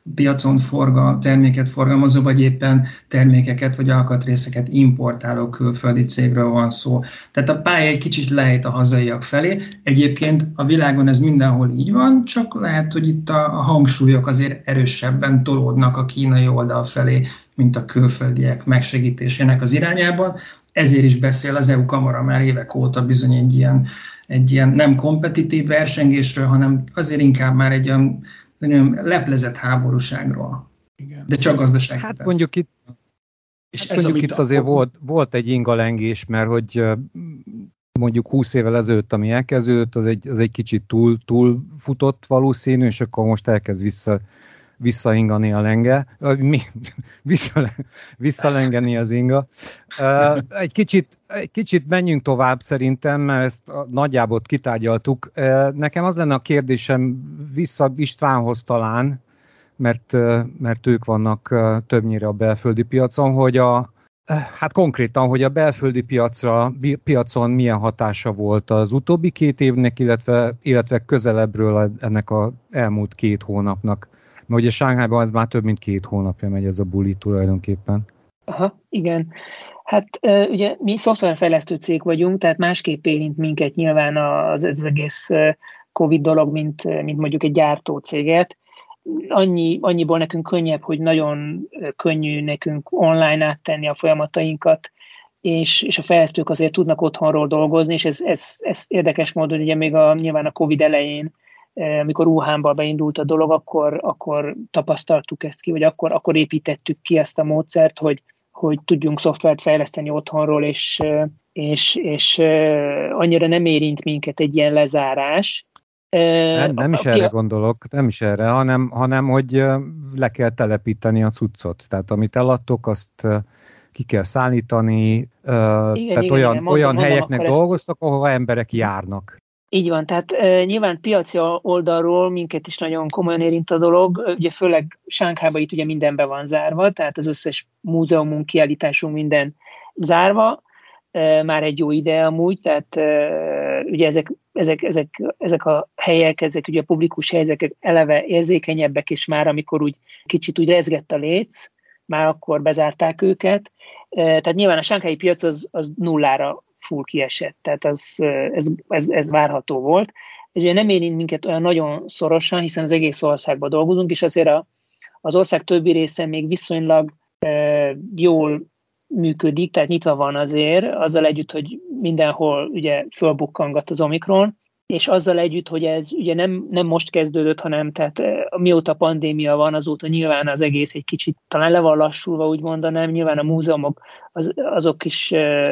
piacon terméket forgalmazó, vagy éppen termékeket vagy alkatrészeket importáló külföldi cégről van szó. Tehát a pálya egy kicsit lejt a hazaiak felé. Egyébként a világon ez mindenhol így van, csak lehet, hogy itt a hangsúlyok azért erősebben tolódnak a kínai oldal felé, mint a külföldiek megsegítésének az irányában. Ezért is beszél az EU kamara már évek óta bizony egy ilyen nem kompetitív versengésről, hanem azért inkább már egy olyan leplezett háborúságról. Igen. De csak gazdasági.
Hát mondjuk itt azért volt egy ingalengés, mert hogy mondjuk 20 évvel ezelőtt, ami elkezdődött, az egy kicsit túl futott valószínű, és akkor most elkezd visszaingani a lenge. Visszalengeni az inga. Egy kicsit menjünk tovább szerintem, mert ezt nagyjából kitárgyaltuk. Nekem az lenne a kérdésem vissza Istvánhoz talán, mert ők vannak többnyire a belföldi piacon, hogy hát konkrétan, hogy a belföldi piacon milyen hatása volt az utóbbi 2 évnek, illetve közelebbről ennek az elmúlt 2 hónapnak. Mert ugye Sánghájban ez már több mint 2 hónapja megy ez a buli tulajdonképpen.
Aha, igen. Hát ugye mi szoftverfejlesztő cég vagyunk, tehát másképp érint minket nyilván az egész Covid dolog, mint mondjuk egy gyártócéget. Annyiból nekünk könnyebb, hogy nagyon könnyű nekünk online áttenni a folyamatainkat, és a fejlesztők azért tudnak otthonról dolgozni, és ez érdekes módon ugye még nyilván a Covid elején, amikor Wuhanban beindult a dolog, akkor tapasztaltuk ezt ki, vagy akkor építettük ki ezt a módszert, hogy tudjunk szoftvert fejleszteni otthonról, és annyira nem érint minket egy ilyen lezárás.
Nem is erre gondolok, nem is erre, hanem hogy le kell telepíteni a cuccot. Tehát amit eladtok, azt ki kell szállítani, tehát olyan helyeknek dolgoztak, ahova emberek járnak.
Így van, tehát nyilván piaci oldalról minket is nagyon komolyan érint a dolog, ugye főleg Sánkhájban itt ugye minden be van zárva, tehát az összes múzeumunk, kiállításunk minden zárva, már egy jó ide amúgy, tehát ugye ezek a helyek, ezek ugye a publikus helyek eleve érzékenyebbek, és már amikor úgy kicsit úgy rezgett a léc, már akkor bezárták őket, tehát nyilván a sánkhelyi piac az nullára full kiesett, tehát ez várható volt. Ez ugye nem érint minket olyan nagyon szorosan, hiszen az egész országban dolgozunk, és azért az ország többi része még viszonylag jól működik, tehát nyitva van azért, azzal együtt, hogy mindenhol ugye fölbukkangat az Omikron, és azzal együtt, hogy ez ugye nem most kezdődött, hanem tehát mióta pandémia van, azóta nyilván az egész egy kicsit talán le van lassulva, úgy mondanám, nyilván a múzeumok azok is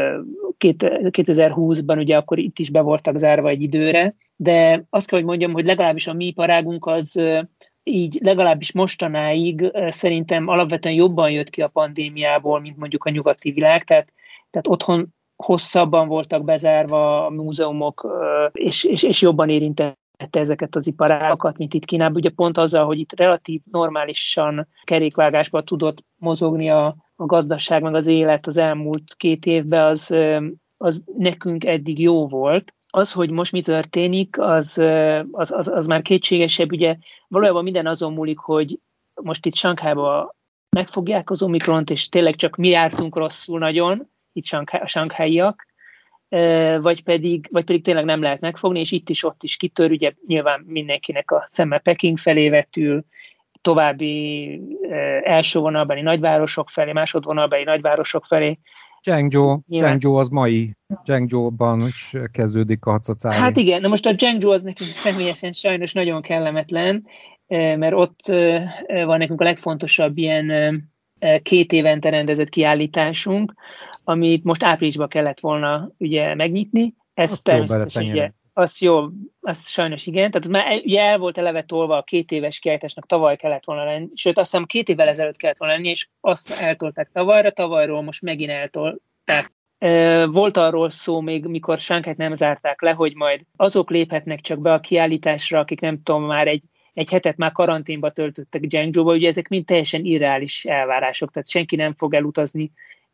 2020-ban ugye akkor itt is be voltak zárva egy időre, de azt kell, hogy mondjam, hogy legalábbis a mi iparágunk az így legalábbis mostanáig szerintem alapvetően jobban jött ki a pandémiából, mint mondjuk a nyugati világ, tehát otthon hosszabban voltak bezárva a múzeumok, és jobban érintette ezeket az iparágakat, mint itt Kínában. Ugye pont azzal, hogy itt relatív normálisan kerékvágásban tudott mozogni a gazdaság, meg az élet az elmúlt 2 évben, az nekünk eddig jó volt. Az, hogy most mi történik, az már kétségesebb. Ugye valójában minden azon múlik, hogy most itt Sánkhájban megfogják az Omikront, és tényleg csak mi jártunk rosszul nagyon, itt a sánkhelyiak, vagy pedig tényleg nem lehet megfogni, és itt is, ott is kitör, ugye nyilván mindenkinek a szeme Peking felé vetül, további első vonalbeli nagyvárosok felé, másodvonalbeli nagyvárosok felé.
Zhengzhou az mai. Zhengzhouban is kezdődik a hacacári.
Hát igen, na most a Zhengzhou az nekünk személyesen sajnos nagyon kellemetlen, mert ott van nekünk a legfontosabb ilyen 2 évente rendezett kiállításunk, amit most áprilisban kellett volna ugye megnyitni. Ez természetesen ugye, az sajnos igen. Tehát már ugye el volt eleve tolva a 2 éves kiállításnak, tavaly kellett volna lenni, sőt azt hiszem 2 évvel ezelőtt kellett volna lenni, és azt eltolták tavalyról most megint eltolták. Volt arról szó még, mikor Sánkhájt nem zárták le, hogy majd azok léphetnek csak be a kiállításra, akik nem tudom, már egy hetet már karanténba töltöttek Zhengzhouba, ugye ezek mind teljesen irreális elvárások, tehát senki nem fog elutazni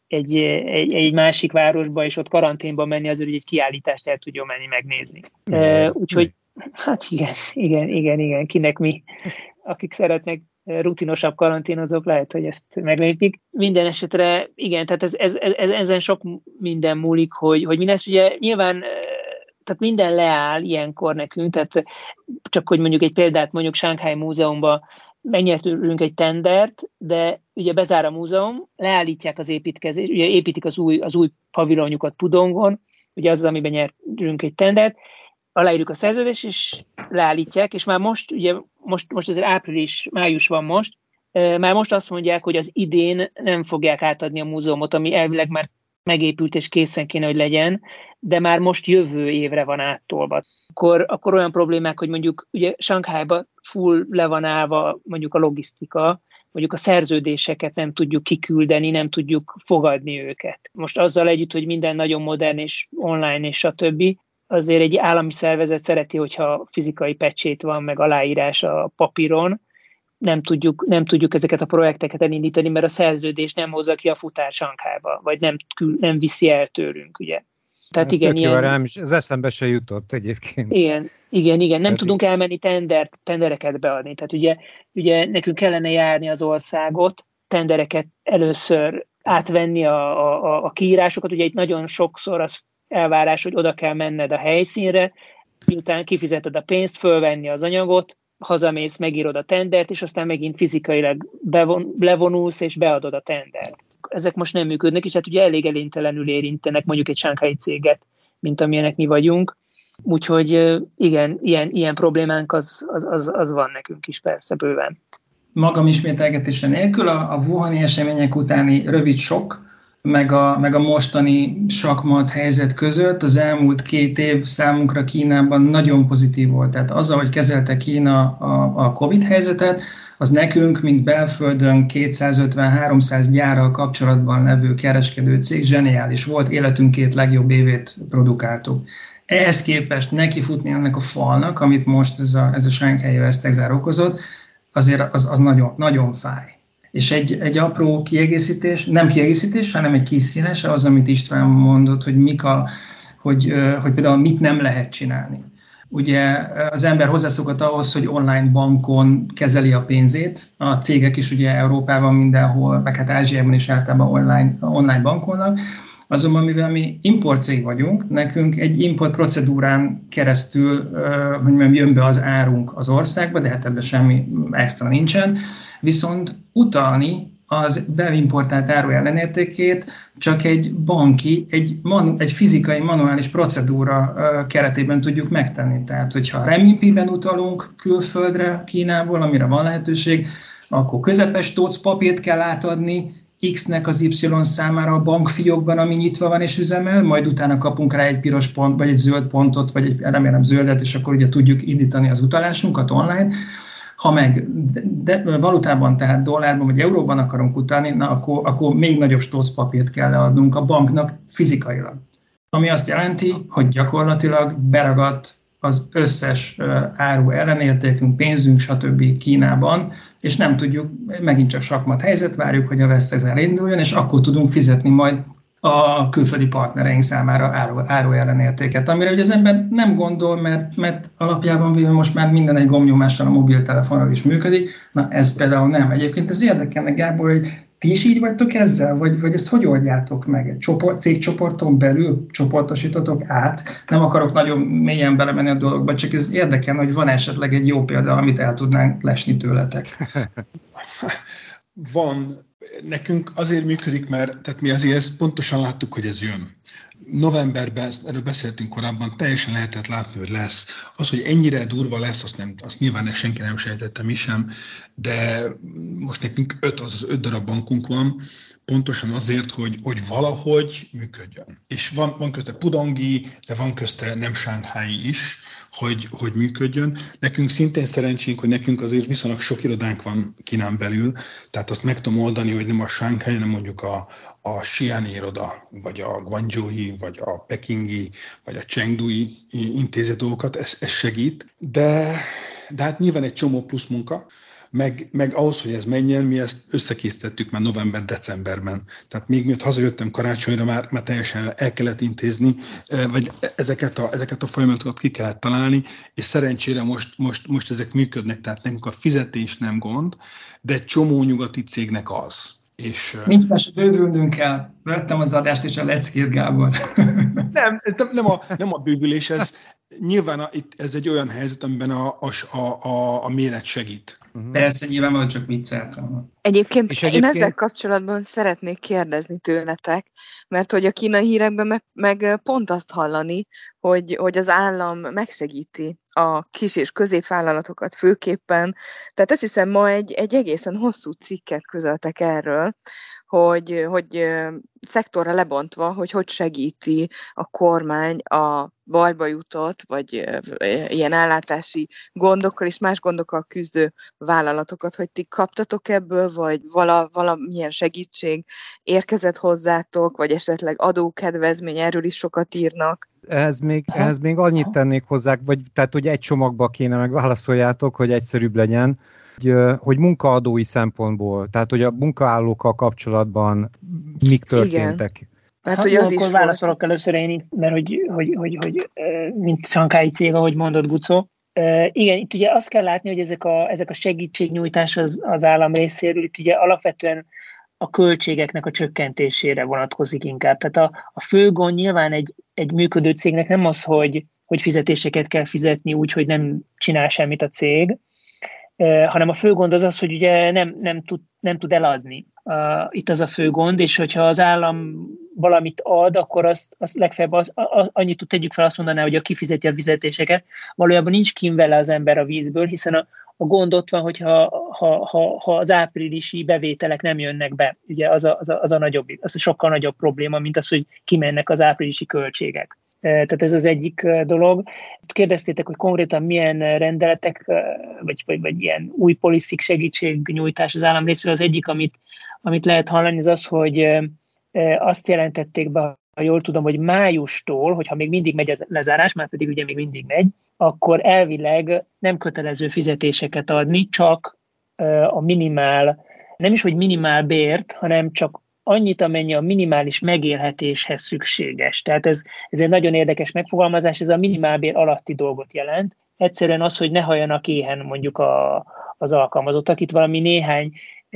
egy másik városba, és ott karanténba menni azért, hogy egy kiállítást el tudjon menni megnézni. Úgyhogy, hát igen, kinek mi, akik szeretnek rutinosabb karanténozók lehet, hogy ezt meglépik. Minden esetre igen, tehát ezen sok minden múlik, hogy mi lesz. Ugye nyilván tehát minden leáll ilyenkor nekünk, tehát csak hogy mondjuk egy példát, mondjuk Shanghai Múzeumban megnyertünk egy tendert, de ugye bezár a múzeum, leállítják az építkezést, ugye építik az új pavilonjukat Pudongon, ugye az, amiben nyertünk egy tendert, aláírjuk a szerződést, és leállítják, és már most, ugye most azért május van most, már most azt mondják, hogy az idén nem fogják átadni a múzeumot, ami elvileg már megépült és készen kéne, hogy legyen, de már most jövő évre van áttolva. Akkor olyan problémák, hogy mondjuk ugye Shanghaiba full le van állva mondjuk a logisztika, mondjuk a szerződéseket nem tudjuk kiküldeni, nem tudjuk fogadni őket. Most azzal együtt, hogy minden nagyon modern és online és stb., azért egy állami szervezet szereti, hogyha fizikai pecsét van, meg aláírás a papíron, nem tudjuk ezeket a projekteket elindítani, mert a szerződés nem hozza ki a futár Shanghaiba, vagy nem viszi el tőlünk, ugye.
Tehát igen, ilyen... ez eszembe se jutott egyébként.
Igen. Nem tudunk elmenni tendereket beadni. Tehát ugye nekünk kellene járni az országot, tendereket először átvenni a kiírásokat. Ugye itt nagyon sokszor az elvárás, hogy oda kell menned a helyszínre, miután kifizeted a pénzt, fölvenni az anyagot, hazamész, megírod a tendert, és aztán megint fizikailag levonulsz, és beadod a tendert. Ezek most nem működnek, és hát ugye elég eléntelenül érintenek mondjuk egy shanghai céget, mint amilyenek mi vagyunk. Úgyhogy igen, ilyen problémánk az van nekünk is persze bőven.
Magam ismételgetése nélkül a wuhani események utáni rövid sok, meg a mostani sakmat helyzet között az elmúlt 2 év számunkra Kínában nagyon pozitív volt. Tehát az, ahogy kezelte Kína a Covid helyzetet, az nekünk, mint belföldön 250-300 gyárral kapcsolatban levő kereskedő cég zseniális volt, életünk 2 legjobb évét produkáltuk. Ehhez képest nekifutni ennek a falnak, amit most ez a Shanghai vesztegzár okozott, azért az nagyon, nagyon fáj. És egy apró kiegészítés, nem kiegészítés, hanem egy kis színes, az, amit István mondott, hogy például mit nem lehet csinálni. Ugye az ember hozzászokott ahhoz, hogy online bankon kezeli a pénzét, a cégek is ugye Európában mindenhol, meg hát Ázsiában is általában online bankolnak, azonban mivel mi importcég vagyunk, nekünk egy import procedúrán keresztül jön be az árunk az országba, de hát ebben semmi extra nincsen, viszont utalni az beimportált áru ellenértékét csak egy banki, egy fizikai manuális procedúra keretében tudjuk megtenni. Tehát, hogyha renminbiben utalunk külföldre, Kínából, amire van lehetőség, akkor közepes tóc papírt kell átadni X-nek az Y számára a bankfiókban, ami nyitva van és üzemel, majd utána kapunk rá egy piros pont, vagy egy zöld pontot, vagy egy remélem zöldet, és akkor ugye tudjuk indítani az utalásunkat online. Ha meg valutában, tehát dollárban vagy euróban akarunk utalni, akkor még nagyobb stószpapírt kell leadnunk a banknak fizikailag. Ami azt jelenti, hogy gyakorlatilag beragadt az összes áru ellenértékünk, pénzünk, stb. Kínában, és nem tudjuk, megint csak sakmat helyzet, várjuk, hogy a vesztegzár induljon, és akkor tudunk fizetni majd a külföldi partnereink számára áru ellenértéket, amire ugye az ember nem gondol, mert alapjában véve most már minden egy gombnyomással a mobiltelefonról is működik. Na ez például nem. Egyébként ez érdekelne, Gábor, hogy ti is így vagytok ezzel, vagy ezt hogy oldjátok meg? Egy cégcsoporton belül csoportosítotok át? Nem akarok nagyon mélyen belemenni a dologba, csak ez érdekelne, hogy van esetleg egy jó példa, amit el tudnánk lesni tőletek.
Van. Nekünk azért működik, mert tehát mi azért ezt pontosan láttuk, hogy ez jön. Novemberben, erről beszéltünk korábban, teljesen lehetett látni, hogy lesz. Az, hogy ennyire durva lesz, azt nyilván senki nem sejtette, mi sem, de most nekünk 5 darab bankunk van, pontosan azért, hogy valahogy működjön. És van közte pudongi, de van közte nem shanghai is, hogy működjön. Nekünk szintén szerencsénk, hogy nekünk azért viszonylag sok irodánk van Kínán belül, tehát azt meg tudom oldani, hogy nem a Shanghai, hanem mondjuk a Xi'ani iroda, vagy a Guangzhou-i, vagy a Pekingi, vagy a Chengdu-i intézet dolgokat, ez segít, de hát nyilván egy csomó plusz munka. meg ahhoz, hogy ez menjen, mi ezt összekészítettük már november-decemberben. Tehát még miatt hazajöttem karácsonyra, már teljesen el kellett intézni, vagy ezeket a folyamatokat ki kellett találni, és szerencsére most ezek működnek, tehát nekünk a fizetés nem gond, de egy csomó nyugati cégnek az. És,
nincs más, bővülnünk kell. Vettem az adást és a leckét, Gábor.
Nem a bővülés, ez nyilván ez egy olyan helyzet, amiben a méret segít.
Persze, nyilván csak vicceltem.
Egyébként én ezzel kapcsolatban szeretnék kérdezni tőletek, mert hogy a kínai hírekben meg pont azt hallani, hogy az állam megsegíti a kis és középvállalatokat főképpen. Tehát azt hiszem, ma egy egészen hosszú cikket közöltek erről, hogy szektorra lebontva, hogy segíti a kormány a bajba jutott, vagy ilyen ellátási gondokkal és más gondokkal küzdő vállalatokat, hogy ti kaptatok ebből, vagy valamilyen segítség érkezett hozzátok, vagy esetleg adókedvezmény, erről is sokat írnak.
Ehhez még annyit tennék hozzá, tehát hogy egy csomagba kéne megválaszoljátok, hogy egyszerűbb legyen, hogy munkaadói szempontból, tehát hogy a munkaállókkal kapcsolatban mik történtek. Igen.
Mert hogy az akkor válaszolok először én, mert hogy mint Sankái cég, ahogy mondott Gucó. Igen, itt ugye azt kell látni, hogy ezek a segítségnyújtás az állam részéről, itt ugye alapvetően a költségeknek a csökkentésére vonatkozik inkább. Tehát a fő gond nyilván egy működő cégnek nem az, hogy fizetéseket kell fizetni úgy, hogy nem csinál semmit a cég, hanem a fő gond az, hogy ugye nem tud eladni. Itt az a fő gond, és hogyha az állam valamit ad, akkor azt legfeljebb annyit tegyük fel, azt mondaná, hogy kifizeti a fizetéseket. Valójában nincs kint vele az ember a vízből, hiszen a gond ott van, hogyha az áprilisi bevételek nem jönnek be. Ugye az a sokkal nagyobb probléma, mint az, hogy kimennek az áprilisi költségek. Tehát ez az egyik dolog. Kérdeztétek, hogy konkrétan milyen rendeletek, vagy ilyen új policy segítségnyújtás az állam részéről. Az egyik, amit lehet hallani, az, hogy azt jelentették be, ha jól tudom, hogy májustól, hogyha még mindig megy a lezárás, már pedig ugye még mindig megy, akkor elvileg nem kötelező fizetéseket adni, csak a minimál, nem is, hogy minimál bért, hanem csak annyit, amennyi a minimális megélhetéshez szükséges. Tehát ez egy nagyon érdekes megfogalmazás, ez a minimálbér alatti dolgot jelent. Egyszerűen az, hogy ne halljanak éhen mondjuk az alkalmazottak. Itt valami néhány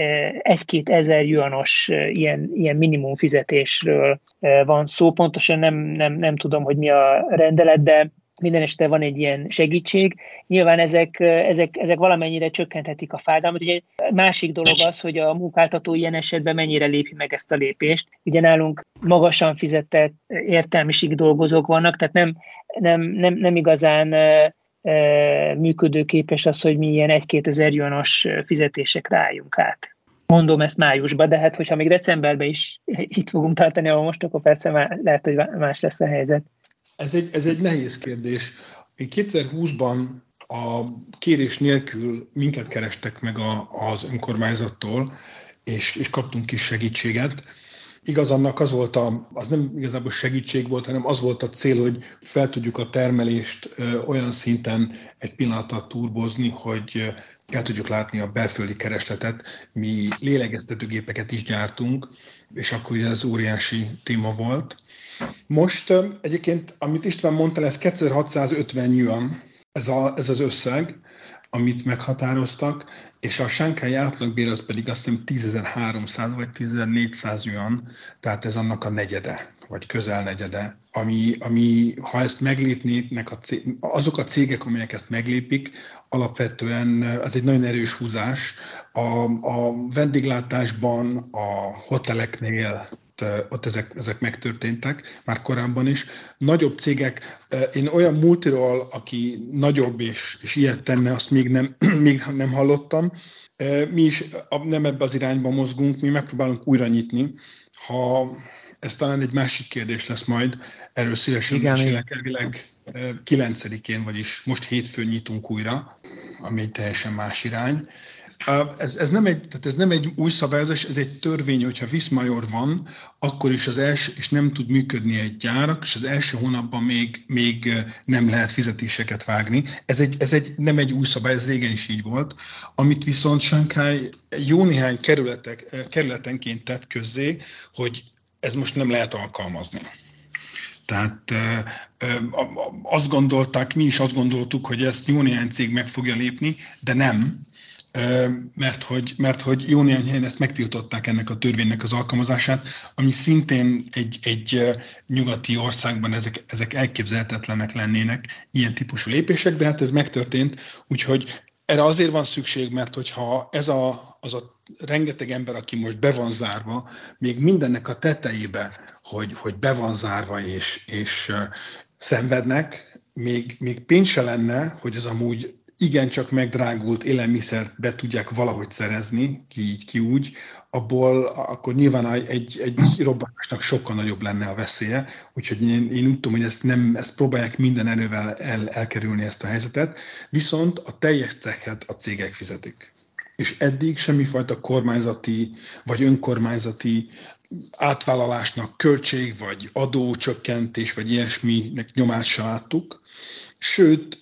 1-2 ezer yuanos ilyen minimum fizetésről van szó. Pontosan nem tudom, hogy mi a rendelet, de minden esetre van egy ilyen segítség. Nyilván ezek valamennyire csökkenthetik a fájdalmat. Ugye másik dolog az, hogy a munkáltató ilyen esetben mennyire lépi meg ezt a lépést. Ugye nálunk magasan fizetett értelmiség dolgozók vannak, tehát nem igazán működőképes az, hogy mi ilyen 1-2 ezer yuanos fizetésekre álljunk át. Mondom ezt májusban, de hát hogyha még decemberben is itt fogunk tartani, ahol most, akkor persze lehet, hogy más lesz a helyzet.
Ez egy nehéz kérdés. Én 2020-ban a kérés nélkül minket kerestek meg az önkormányzattól, és kaptunk is segítséget. Igaz, annak az nem igazából segítség volt, hanem az volt a cél, hogy fel tudjuk a termelést olyan szinten egy pillanattal turbozni, hogy el tudjuk látni a belföldi keresletet. Mi lélegeztetőgépeket is gyártunk, és akkor ugye ez óriási téma volt. Most egyébként, amit István mondta, ez 2650 yuan, ez az összeg, amit meghatároztak, és a Sankái átlagbér az pedig azt hiszem 10.300 vagy 10.400 yuan, tehát ez annak a negyede, vagy közel negyede, ami ha ezt meglépnének azok a cégek, amelyek ezt meglépik, alapvetően az egy nagyon erős húzás. A vendéglátásban, a hoteleknél, ott ezek megtörténtek, már korábban is. Nagyobb cégek, én olyan multiról, aki nagyobb és ilyet tenne, azt még nem hallottam. Mi is nem ebbe az irányba mozgunk, mi megpróbálunk újra nyitni. Ha ez talán egy másik kérdés lesz majd, erről szívesen mesélek, elvileg 9-én, vagyis most hétfőn nyitunk újra, ami egy teljesen más irány. Ez nem egy új szabályozás, ez egy törvény, hogyha Viszmajor van, akkor is az első, és nem tud működni egy gyárak, és az első hónapban még nem lehet fizetéseket vágni. Ez nem egy új szabály, ez régen is így volt. Amit viszont Shanghai jó néhány kerületenként tett közzé, hogy ez most nem lehet alkalmazni. Tehát azt gondolták, mi is azt gondoltuk, hogy ezt jó néhány cég meg fogja lépni, de nem, mert hogy jó néhány helyen ezt megtiltották ennek a törvénynek az alkalmazását, ami szintén egy nyugati országban ezek elképzelhetetlenek lennének, ilyen típusú lépések, de hát ez megtörtént, úgyhogy erre azért van szükség, mert hogyha ez az a rengeteg ember, aki most be van zárva, még mindennek a tetejébe, hogy be van zárva és szenvednek, még pénz se lenne, hogy az amúgy igencsak megdrágult élelmiszert be tudják valahogy szerezni, ki úgy, abból akkor nyilván egy robbanásnak sokkal nagyobb lenne a veszélye, úgyhogy én úgy tudom, hogy ezt próbálják minden erővel elkerülni ezt a helyzetet, viszont a teljes cechet a cégek fizetik. És eddig semmifajta kormányzati vagy önkormányzati átvállalásnak költség, vagy adócsökkentés, vagy ilyesminek nyomát se láttuk. Sőt,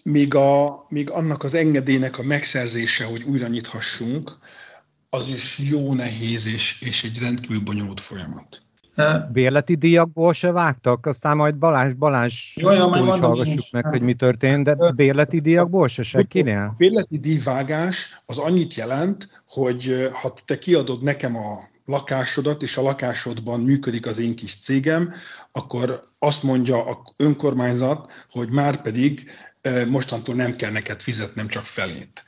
még annak az engedélynek a megszerzése, hogy újra nyithassunk, az is jó nehéz és egy rendkívül bonyolult folyamat.
Bérleti díjakból se vágtak, aztán majd Balázs is hallgassuk meg, hogy mi történt, de bérleti díjakból se senkinél?
A bérleti díjvágás az annyit jelent, hogy ha te kiadod nekem a lakásodat, és a lakásodban működik az én kis cégem, akkor azt mondja az önkormányzat, hogy már pedig mostantól nem kell neked fizetnem, csak felét.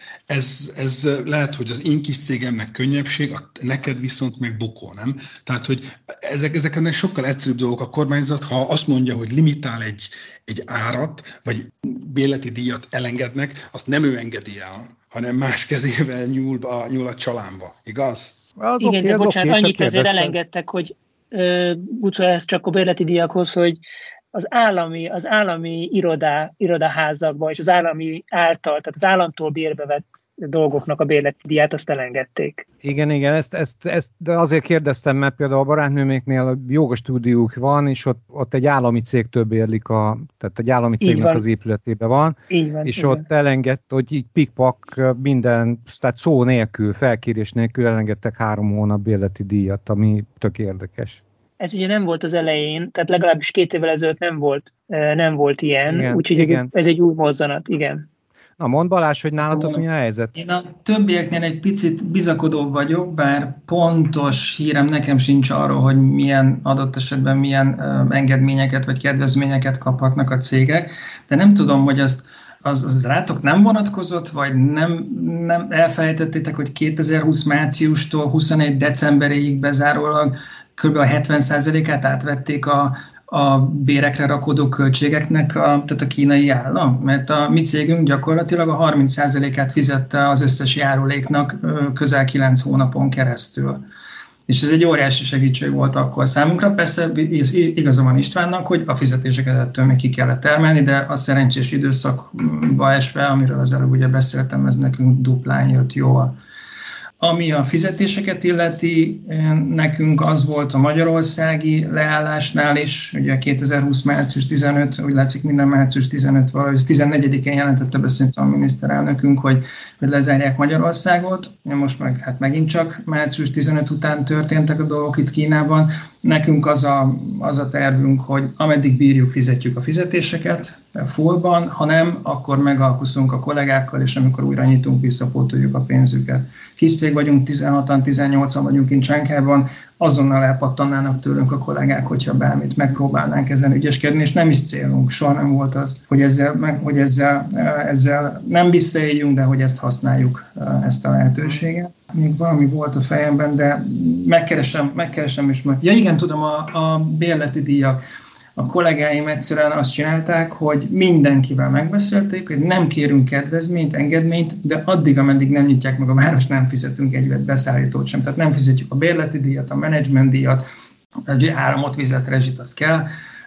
Ez lehet, hogy az én kis cégemnek könnyebbség, neked viszont meg bukó, nem? Tehát, hogy ezek sokkal egyszerűbb dolgok. A kormányzat, ha azt mondja, hogy limitál egy árat, vagy bérleti díjat elengednek, azt nem ő engedi el, hanem más kezével nyúl a csalámba. Igaz?
Igen, de bocsánat, annyit azért elengedtek, hogy Guca, ez csak a bérleti díjakhoz, hogy az állami irodaházakban és az állami által, tehát az államtól bérbe vett dolgoknak a bérleti díját azt elengedték.
Igen, ezt azért kérdeztem, mert például a barátnőméknél jogastúdiók van, és ott egy állami cégtől bérlik, tehát egy állami cégnek az épületében van, és ott elengedett, hogy így pikpak minden, tehát szó nélkül, felkérés nélkül elengedtek 3 hónap bérleti díjat, ami tök érdekes.
Ez ugye nem volt az elején, tehát legalábbis 2 évvel ezelőtt nem volt ilyen, úgyhogy ez egy új mozzanat, igen.
Na mondd Balázs, hogy nálatok mi a helyzet?
Én a többieknél egy picit bizakodóbb vagyok, bár pontos hírem nekem sincs arról, hogy milyen adott esetben milyen engedményeket vagy kedvezményeket kaphatnak a cégek, de nem tudom, hogy az rátok nem vonatkozott, vagy nem elfelejtettétek, hogy 2020 márciustól 21 decemberéig bezárólag kb. 70%-át átvették a bérekre rakódó költségeknek tehát a kínai állam, mert a mi cégünk gyakorlatilag a 30%-át fizette az összes járuléknak közel 9 hónapon keresztül. És ez egy óriási segítség volt akkor számunkra. Persze igaza van Istvánnak, hogy a fizetéseket ettől még ki kellett termelni, de a szerencsés időszakba esve, amiről az előbb ugye beszéltem, ez nekünk duplán jött jól. Ami a fizetéseket illeti, nekünk az volt a magyarországi leállásnál is, ugye 2020 március 15, úgy látszik minden március 15 valahogy, 14-én jelentette be szerintem a miniszterelnökünk, hogy lezárják Magyarországot. Most meg hát megint csak március 15 után történtek a dolgok itt Kínában. Nekünk az a tervünk, hogy ameddig bírjuk, fizetjük a fizetéseket fullban, ha nem, akkor megalkuszunk a kollégákkal, és amikor újra nyitunk, visszapótoljuk a pénzüket. Kis cég vagyunk, 16-an, 18-an vagyunk itt Shanghaiban, azonnal elpattannának tőlünk a kollégák, hogyha bármit megpróbálnánk ezen ügyeskedni, és nem is célunk, soha nem volt az, hogy ezzel nem visszaéljünk, de hogy ezt használjuk, ezt a lehetőséget. Még valami volt a fejemben, de megkeresem is meg. Ja igen, tudom, a bérleti díjak. A kollégáim egyszerűen azt csinálták, hogy mindenkivel megbeszélték, hogy nem kérünk kedvezményt, engedményt, de addig, ameddig nem nyitják meg a várost, nem fizetünk egy beszállítót sem. Tehát nem fizetjük a bérleti díjat, a menedzsment díjat, egy áramot, vizet, rezsit, az kell.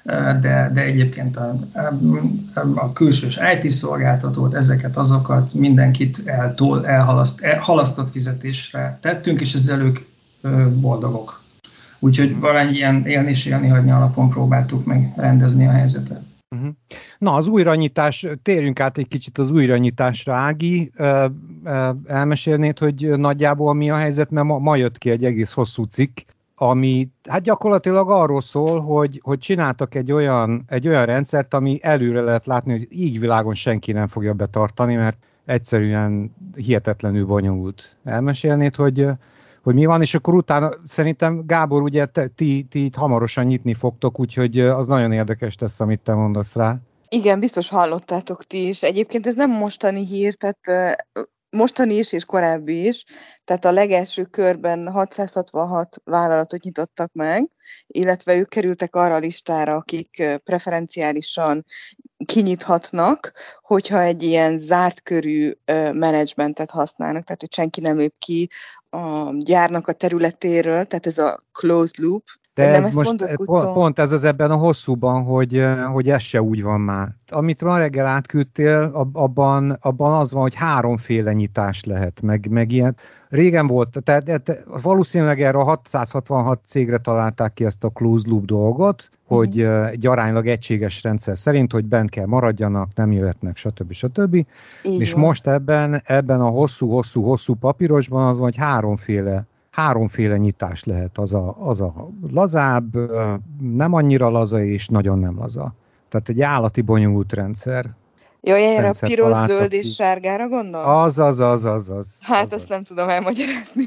de egyébként a külsős IT szolgáltatót, azokat mindenkit halasztott fizetésre tettünk, és ezzel ők boldogok. Úgyhogy valami ilyen élni és élni hagyni alapon próbáltuk meg rendezni a helyzetet.
Na, az újranyitás, térjünk át egy kicsit az újranyitásra, Ági. Elmesélnéd, hogy nagyjából mi a helyzet, mert ma jött ki egy egész hosszú cikk, ami hát gyakorlatilag arról szól, hogy csináltak egy olyan rendszert, ami előre lehet látni, hogy így világon senki nem fogja betartani, mert egyszerűen hihetetlenül bonyolult. Elmesélnéd, hogy mi van, és akkor utána szerintem, Gábor, ugye ti itt hamarosan nyitni fogtok, úgyhogy az nagyon érdekes lesz, amit te mondasz rá.
Igen, biztos hallottátok ti is. Egyébként ez nem mostani hír, tehát mostani is és korábbi is. Tehát a legelső körben 666 vállalatot nyitottak meg, illetve ők kerültek arra a listára, akik preferenciálisan kinyithatnak, hogyha egy ilyen zárt körű menedzsmentet használnak, tehát hogy senki nem lép ki a gyárnak a területéről, tehát ez a closed loop.
De ez most pont ez az ebben a hosszúban, hogy ez se úgy van már. Amit ma reggel átküldtél, abban az van, hogy 3 nyitás lehet, meg ilyen. Régen volt, tehát valószínűleg erre a 666 cégre találták ki ezt a closed loop dolgot, hogy egy aránylag egységes rendszer szerint, hogy bent kell maradjanak, nem jöhetnek, stb. És van. Most ebben a hosszú papírosban az van, hogy 3 nyitás lehet, az a lazább, nem annyira laza és nagyon nem laza. Tehát egy állati bonyolult rendszer.
Jaj, erre a piros, zöld és sárgára gondolsz?
Az.
Hát azt nem tudom elmagyarázni.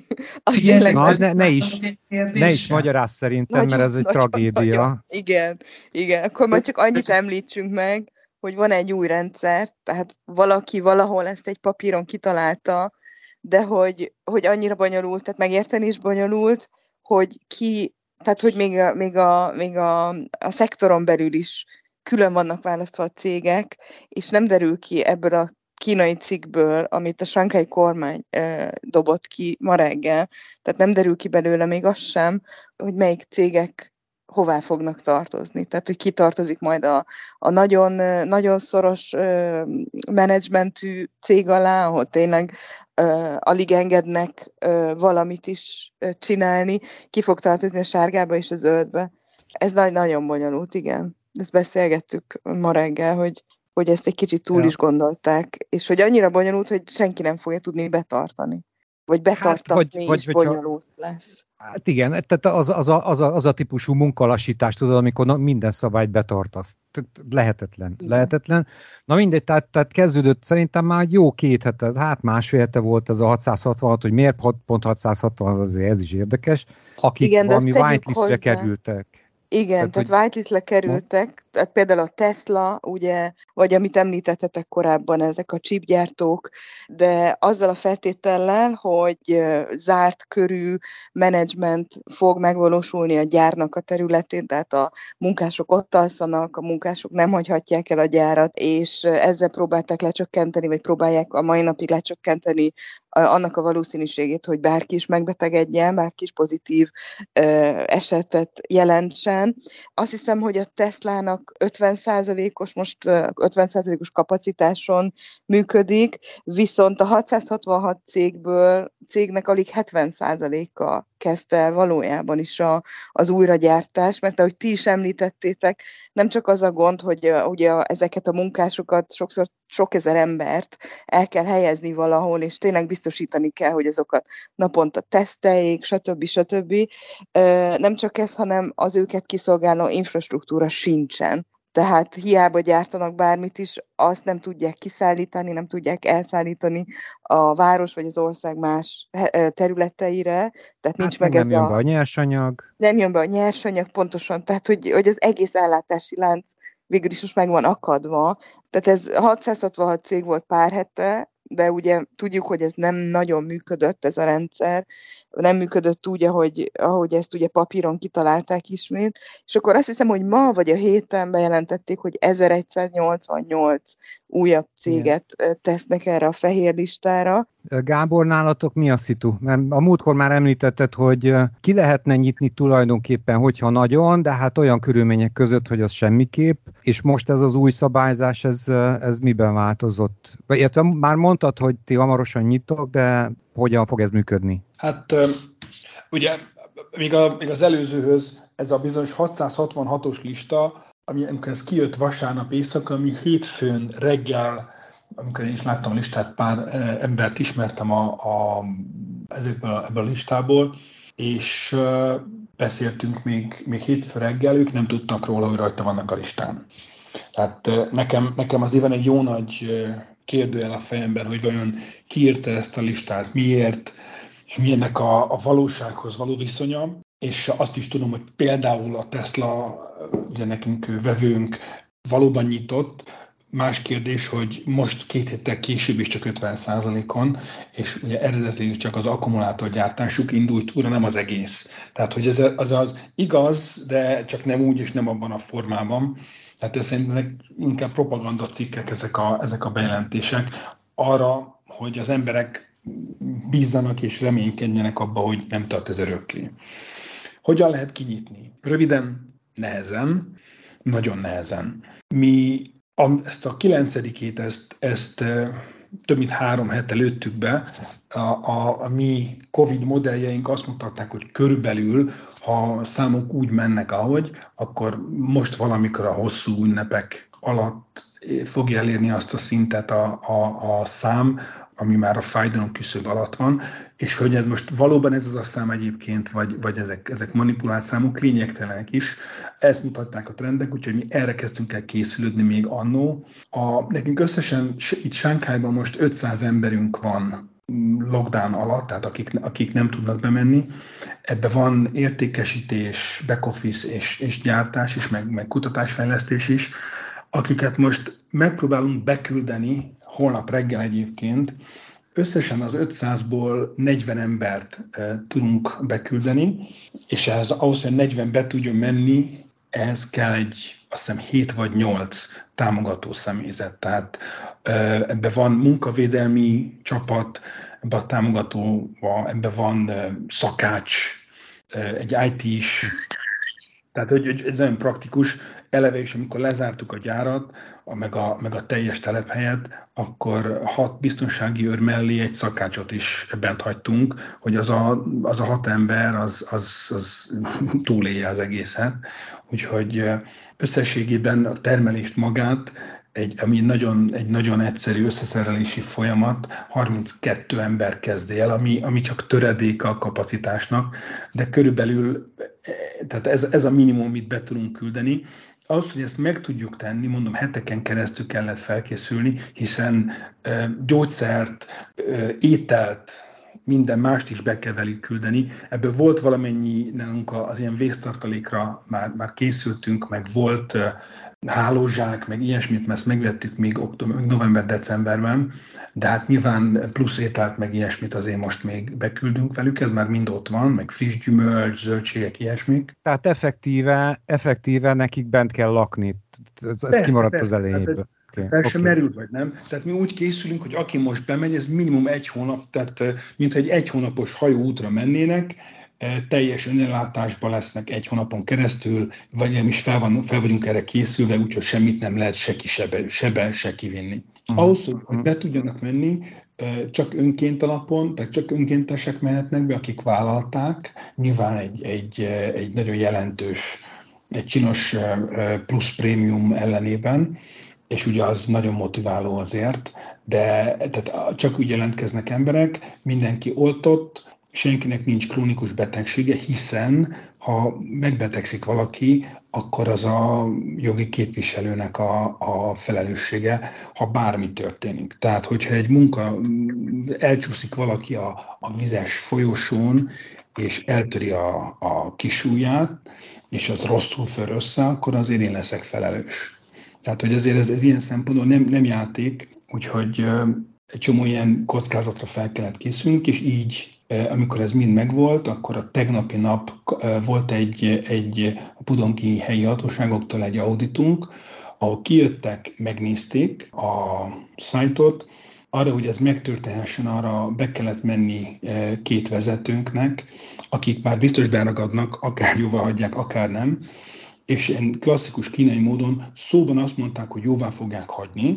Ne is magyarázz szerintem, mert ez egy tragédia.
Nagyon. Igen. Akkor majd csak annyit említsünk meg, hogy van egy új rendszer, tehát valaki valahol ezt egy papíron kitalálta, de hogy annyira bonyolult, tehát megérteni is bonyolult, hogy tehát hogy még a szektoron belül is külön vannak választva a cégek, és nem derül ki ebből a kínai cikkből, amit a shanghai kormány dobott ki ma reggel, tehát nem derül ki belőle még az sem, hogy melyik cégek hová fognak tartozni. Tehát, hogy ki tartozik majd a nagyon, nagyon szoros menedzsmentű cég alá, ahol tényleg alig engednek valamit is csinálni, ki fog tartozni a sárgába és a zöldbe. Ez nagyon bonyolult, igen. Ezt beszélgettük ma reggel, hogy ezt egy kicsit túl is gondolták, és hogy annyira bonyolult, hogy senki nem fogja tudni betartani. Vagy betartatni is bonyolult lesz.
Hát igen, tehát az a típusú munkalassítás, tudod, amikor minden szabályt betartasz. Lehetetlen. Na mindegy, tehát kezdődött szerintem már jó 2 hete, hát másfél hete volt ez a 666, hogy miért pont 660, azért ez is érdekes, akik igen, valami whitelistre kerültek.
Igen, tehát whitelistre kerültek, tehát például a Tesla, ugye, vagy amit említettetek korábban, ezek a chipgyártók, de azzal a feltétellel, hogy zárt körű menedzsment fog megvalósulni a gyárnak a területén, tehát a munkások ott alszanak, a munkások nem hagyhatják el a gyárat, és ezzel próbálták lecsökkenteni, vagy próbálják a mai napig lecsökkenteni annak a valószínűségét, hogy bárki is megbetegedjen, bárki is pozitív esetet jelentsen. Azt hiszem, hogy a Teslának 50%-os, most 50%-os kapacitáson működik, viszont a 666 cégnek alig 70%-a kezdte el valójában is az újragyártás, mert ahogy ti is említettétek, nem csak az a gond, hogy ugye ezeket a munkásokat sokszor sok ezer embert el kell helyezni valahol, és tényleg biztosítani kell, hogy azokat naponta teszteljék, stb. Nem csak ez, hanem az őket kiszolgáló infrastruktúra sincsen. Tehát hiába gyártanak bármit is, azt nem tudják kiszállítani, nem tudják elszállítani a város vagy az ország más területeire. Tehát nincs meg
nem jön be a nyersanyag.
Nem jön be a nyersanyag, pontosan. Tehát, hogy az egész ellátási lánc végül is most meg van akadva. Tehát ez 666 cég volt pár hete, de ugye tudjuk, hogy ez nem nagyon működött, ez a rendszer. Nem működött úgy, ahogy ezt ugye papíron kitalálták ismét. És akkor azt hiszem, hogy ma vagy a héten bejelentették, hogy 1188 újabb céget tesznek erre a fehér listára.
Gábor, nálatok mi a szitu? Mert a múltkor már említetted, hogy ki lehetne nyitni tulajdonképpen, hogyha nagyon, de hát olyan körülmények között, hogy az semmiképp, és most ez az új szabályzás, ez miben változott? Illetve már mondtad, hogy ti hamarosan nyitok, de hogyan fog ez működni?
Hát ugye még az előzőhöz ez a bizonyos 666-os lista, amikor ez kijött vasárnap éjszaka, ami hétfőn reggel, amikor én is láttam a listát, pár embert ismertem ebből a listából, és beszéltünk még hétfő reggel, ők nem tudtak róla, hogy rajta vannak a listán. Tehát nekem azért van egy jó nagy kérdőjel a fejemben, hogy vajon ki írta ezt a listát, miért, és milyennek a valósághoz való viszonya. És azt is tudom, hogy például a Tesla, ugye nekünk vevőnk valóban nyitott. Más kérdés, hogy most 2 héttel később is csak 50%-on, és ugye eredetileg csak az akkumulátorgyártásuk indult újra, nem az egész. Tehát, hogy ez az igaz, de csak nem úgy, és nem abban a formában. Tehát ez szerintem inkább propaganda cikkek ezek a bejelentések arra, hogy az emberek bízzanak és reménykedjenek abba, hogy nem tart ez örökké. Hogyan lehet kinyitni? Röviden, nehezen, nagyon nehezen. Mi ezt a 9-ét, ezt több mint 3 hete lőttük be. A mi Covid modelljeink azt mutatták, hogy körülbelül, ha a számok úgy mennek, ahogy, akkor most valamikor a hosszú ünnepek alatt fogja elérni azt a szintet a szám, ami már a fájdalom küszöb alatt van, és hogy ez most valóban ez az a szám egyébként, vagy ezek manipulált számok, lényegtelenek is. Ezt mutatták a trendek, úgyhogy mi erre kezdtünk el készülődni még annó. Nekünk összesen itt Sánkhájban most 500 emberünk van lockdown alatt, tehát akik nem tudnak bemenni. Ebbe van értékesítés, back office és gyártás is, meg kutatásfejlesztés is, akiket most megpróbálunk beküldeni, holnap reggel egyébként, összesen az 500-ból 40 embert tudunk beküldeni, és ahhoz, hogy 40 be tudjon menni, ehhez kell azt hiszem 7 vagy 8 támogató személyzet. Tehát ebben van munkavédelmi csapat, ebben a támogatóban, ebben van szakács, egy IT-s, tehát hogy ez nagyon praktikus. Eleve is, amikor lezártuk a gyárat, meg a teljes telephelyet, akkor 6 biztonsági őr mellé egy szakácsot is bent hagytunk, hogy az a 6 ember az túlélje az egészet. Úgyhogy összességében a termelést magát, ami egy nagyon egyszerű összeszerelési folyamat, 32 ember kezd el, ami csak töredéke a kapacitásnak, de körülbelül, tehát ez a minimum, amit be tudunk küldeni. Ahhoz, hogy ezt meg tudjuk tenni, mondom, heteken keresztül kellett felkészülni, hiszen gyógyszert, ételt, minden mást is be kell velük küldeni. Ebből volt valamennyi nálunk az ilyen vésztartalékra már készültünk, meg volt hálózsák, meg ilyesmit, mert ezt megvettük még november-decemberben, de hát nyilván plusz ételt, meg ilyesmit azért most még beküldünk velük, ez már mind ott van, meg friss gyümölcs, zöldségek, ilyesmik.
Tehát effektíve nekik bent kell lakni, ez kimaradt az elejéből.
Persze merül, vagy nem. Tehát mi úgy készülünk, hogy aki most bemegy, ez minimum 1 hónap, tehát mintha egy 1 hónapos hajóútra mennének, teljes önellátásban lesznek 1 hónapon keresztül, vagy nem is fel vagyunk erre készülve, úgyhogy semmit nem lehet se kivinni. Ahhoz, hogy be tudjanak menni, csak önként alapon, tehát csak önkéntesek mehetnek be, akik vállalták, nyilván egy nagyon jelentős, egy csinos plusz prémium ellenében, és ugye az nagyon motiváló azért, de tehát csak úgy jelentkeznek emberek, mindenki oltott, senkinek nincs krónikus betegsége, hiszen ha megbetegszik valaki, akkor az a jogi képviselőnek a felelőssége, ha bármi történik. Tehát, hogyha egy elcsúszik valaki a vizes folyosón, és eltöri a kisujját, és az rosszul för össze, akkor azért én leszek felelős. Tehát, hogy azért ez ilyen szempontból nem játék, úgyhogy egy csomó ilyen kockázatra fel kellett készülnünk, és így amikor ez mind megvolt, akkor a tegnapi nap volt a pudongi helyi hatóságoktól egy auditunk, ahol kijöttek, megnézték a szájtot, arra, hogy ez megtörténhessen, arra be kellett menni 2 vezetőnknek, akik már biztos beragadnak, akár jóvá hagyják, akár nem, és klasszikus kínai módon szóban azt mondták, hogy jóvá fogják hagyni,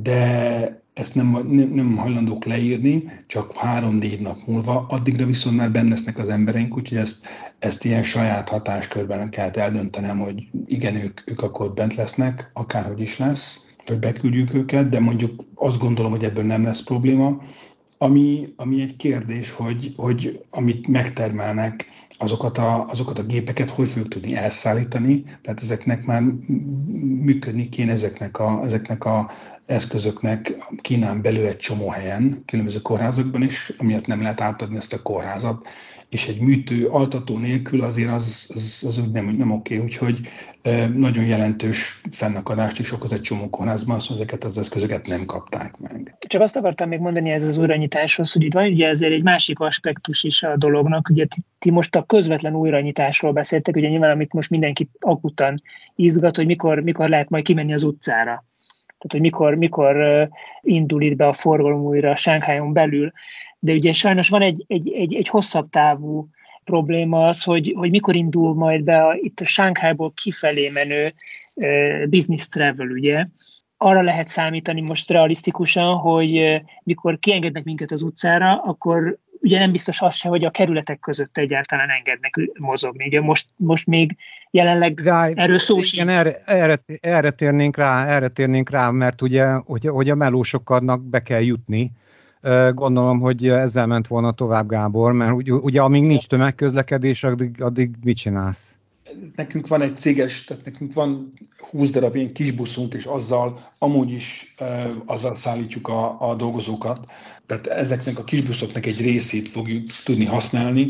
de ezt nem hajlandók leírni, csak 3-4 nap múlva, addigra viszont már benne lesznek az embereink, úgyhogy ezt ilyen saját hatáskörben kellett eldöntenem, hogy igen, ők akkor bent lesznek, akárhogy is lesz, vagy beküldjük őket, de mondjuk azt gondolom, hogy ebből nem lesz probléma. Ami egy kérdés, hogy amit megtermelnek, azokat a gépeket hogy fogjuk tudni elszállítani, tehát ezeknek már működni kéne ezeknek a eszközöknek Kínán belül egy csomó helyen, különböző kórházakban is, amiatt nem lehet átadni ezt a kórházat, és egy műtő, altató nélkül azért az úgy nem oké, úgyhogy nagyon jelentős fennakadást is okoz egy csomó kórházban, azt ezeket az eszközöket nem kapták meg.
Csak azt akartam még mondani ez az újranyitáshoz, hogy itt van ugye ezért egy másik aspektus is a dolognak, ugye ti most a közvetlen újranyitásról beszéltek, ugye nyilván amit most mindenki akutan izgat, hogy mikor lehet majd kimenni az utcára. Tehát, hogy mikor indul itt be a forgalom újra Sánkhelyen belül. De ugye sajnos van egy hosszabb távú probléma az, hogy mikor indul majd be itt a Shanghaiból kifelé menő business travel, ugye. Arra lehet számítani most realisztikusan, hogy mikor kiengednek minket az utcára, akkor ugye nem biztos az se, hogy a kerületek között egyáltalán engednek mozogni. Ugye most még jelenleg erről szó sincs.
Erre térnénk rá, mert ugye, hogy a melósoknak be kell jutni. Gondolom, hogy ezzel ment volna tovább, Gábor, mert ugye amíg nincs tömegközlekedés, addig mit csinálsz?
Nekünk van egy céges, tehát nekünk van 20 darab ilyen kis buszunk, és amúgy is azzal szállítjuk a dolgozókat. Tehát ezeknek a kis buszoknak egy részét fogjuk tudni használni,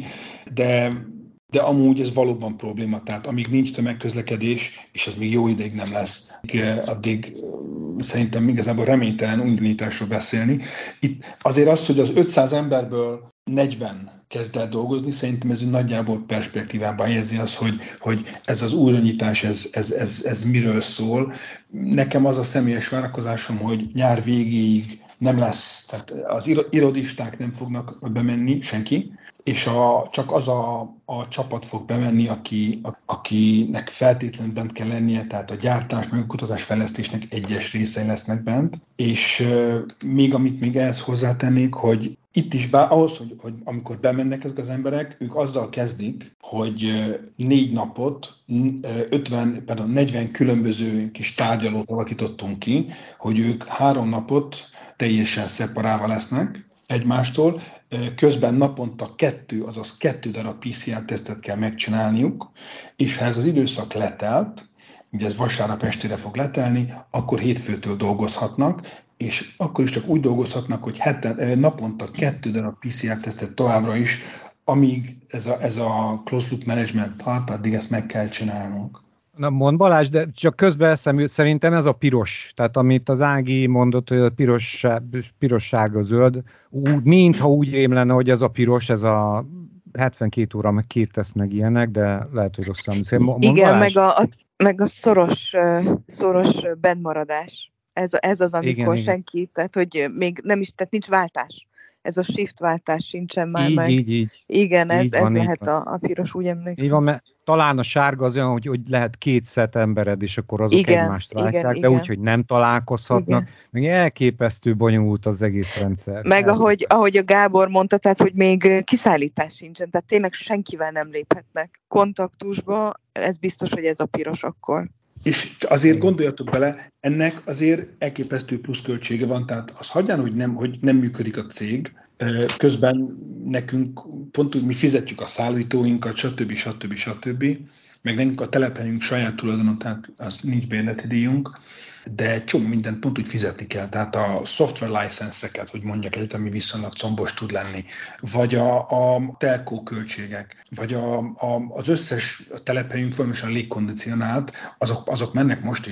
de amúgy ez valóban probléma. Tehát amíg nincs tömegközlekedés, és ez még jó ideig nem lesz, addig szerintem igazából reménytelen újranyitásról beszélni. Itt azért az, hogy az 500 emberből 40 kezd el dolgozni, szerintem ez nagyjából perspektívában helyezi az, hogy ez az újranyitás, ez miről szól. Nekem az a személyes várakozásom, hogy nyár végéig nem lesz, tehát az irodisták nem fognak bemenni, senki, és csak az a csapat fog bemenni, akinek feltétlenül bent kell lennie, tehát a gyártás, meg a kutatásfejlesztésnek egyes részei lesznek bent, és amit még ehhez hozzátennék, hogy itt is ahhoz, hogy amikor bemennek ezek az emberek, ők azzal kezdik, hogy 4 napot, 40 különböző kis tárgyalót alakítottunk ki, hogy ők 3 napot teljesen szeparálva lesznek egymástól, közben naponta 2 darab PCR-tesztet kell megcsinálniuk, és ha ez az időszak letelt, ugye ez vasárnap estére fog letelni, akkor hétfőtől dolgozhatnak, és akkor is csak úgy dolgozhatnak, hogy naponta 2 darab PCR-tesztet továbbra is, amíg ez a closed loop management tart, addig ezt meg kell csinálnunk.
Na mondd Balázs, de csak közben eszembe szerintem ez a piros, tehát amit az Ági mondott, hogy a pirosság zöld, mintha úgy rém lenne, hogy ez a piros, ez a 72 óra, meg 2 teszt meg ilyenek, de lehet, hogy rosszul beszélni.
Igen, meg a szoros bennmaradás. Ez az, amikor igen. Senki, tehát hogy még nem is, tehát nincs váltás. Ez a shift váltás sincsen már
így,
meg.
Így.
Igen, ez lehet a piros, úgy emlékszem.
Így van, mert talán a sárga az olyan, hogy lehet 2 szett embered, és akkor azok egymást váltják, de úgy, hogy nem találkozhatnak. Meg elképesztő bonyolult az egész rendszer.
Meg ahogy a Gábor mondta, tehát hogy még kiszállítás sincsen, tehát tényleg senkivel nem léphetnek kontaktusba, ez biztos, hogy ez a piros akkor.
És azért gondoljatok bele, ennek azért elképesztő pluszköltsége van, tehát az hagyján, hogy nem működik a cég, közben nekünk pont úgy mi fizetjük a szállítóinkat, stb. Meg nekünk a telephelyünk saját tulajdonú, tehát az nincs bérleti díjunk, de csomó mindent pont úgy fizetni kell, tehát a software license-eket, hogy mondjak egyet, ami viszonylag combos tud lenni, vagy a telkó költségek, vagy az összes telephelyünk folyamatosan légkondicionált, azok mennek most is.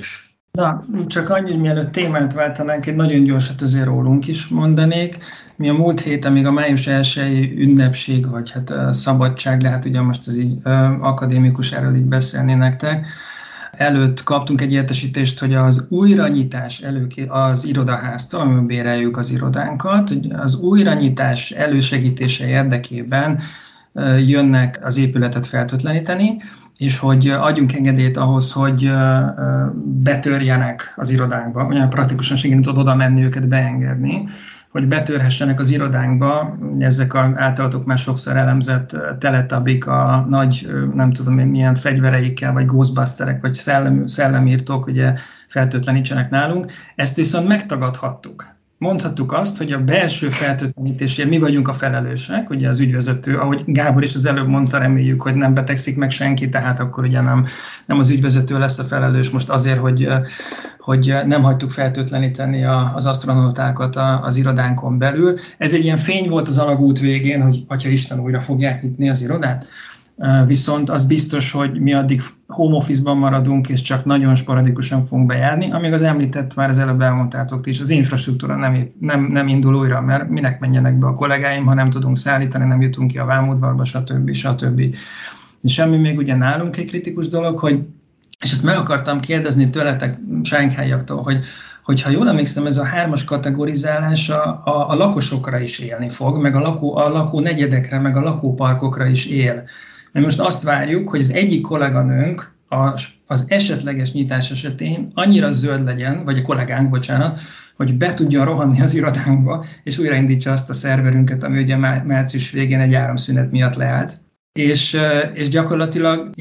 Na, csak annyi, hogy mielőtt témát váltanánk, egy nagyon gyorsat azért rólunk is mondanék. Mi a múlt héten még a május 1-i ünnepség, vagy hát szabadság, de hát ugye most ez így akadémikus, erről így beszélni nektek. Előtt kaptunk egy értesítést, hogy az újranyitás az irodaháztól, amiben béreljük az irodánkat, hogy az újranyitás elősegítése érdekében jönnek az épületet feltöltleníteni, és hogy adjunk engedélyt ahhoz, hogy betörjenek az irodánkba, olyan praktikusan segített oda menni őket beengedni, hogy betörhessenek az irodánkba, ezek általatok már sokszor elemzett teletabik a nagy, nem tudom én milyen fegyvereikkel, vagy ghostbusterek, vagy szellemírtók, ugye feltöltlenítsenek nálunk. Ezt viszont megtagadhattuk. Mondhattuk azt, hogy a belső feltöltlenítésért mi vagyunk a felelősek, ugye az ügyvezető, ahogy Gábor is az előbb mondta, reméljük, hogy nem betegszik meg senki, tehát akkor ugye nem az ügyvezető lesz a felelős most azért, hogy nem hagytuk feltöltleníteni az asztronautákat az irodánkon belül. Ez egy ilyen fény volt az alagút végén, hogy atya Isten, újra fogják nyitni az irodát. Viszont az biztos, hogy mi addig home office-ban maradunk, és csak nagyon sporadikusan fogunk bejárni, amíg az említett, már az előbb elmondtátok is, az infrastruktúra nem indul újra, mert minek menjenek be a kollégáim, ha nem tudunk szállítani, nem jutunk ki a vámudvarba, stb. És semmi még ugye nálunk egy kritikus dolog, hogy, és ezt meg akartam kérdezni tőletek, sánkhályaktól, hogy ha jól emlékszem, ez a 3-as kategorizálás a lakosokra is élni fog, meg a lakó negyedekre, meg a lakóparkokra is él. Mert most azt várjuk, hogy az egyik kolléganőnk az esetleges nyitás esetén annyira zöld legyen, vagy a kollégánk, bocsánat, hogy be tudjon rohanni az irodánkba, és újraindítsa azt a szerverünket, ami ugye március végén egy áramszünet miatt leállt. És gyakorlatilag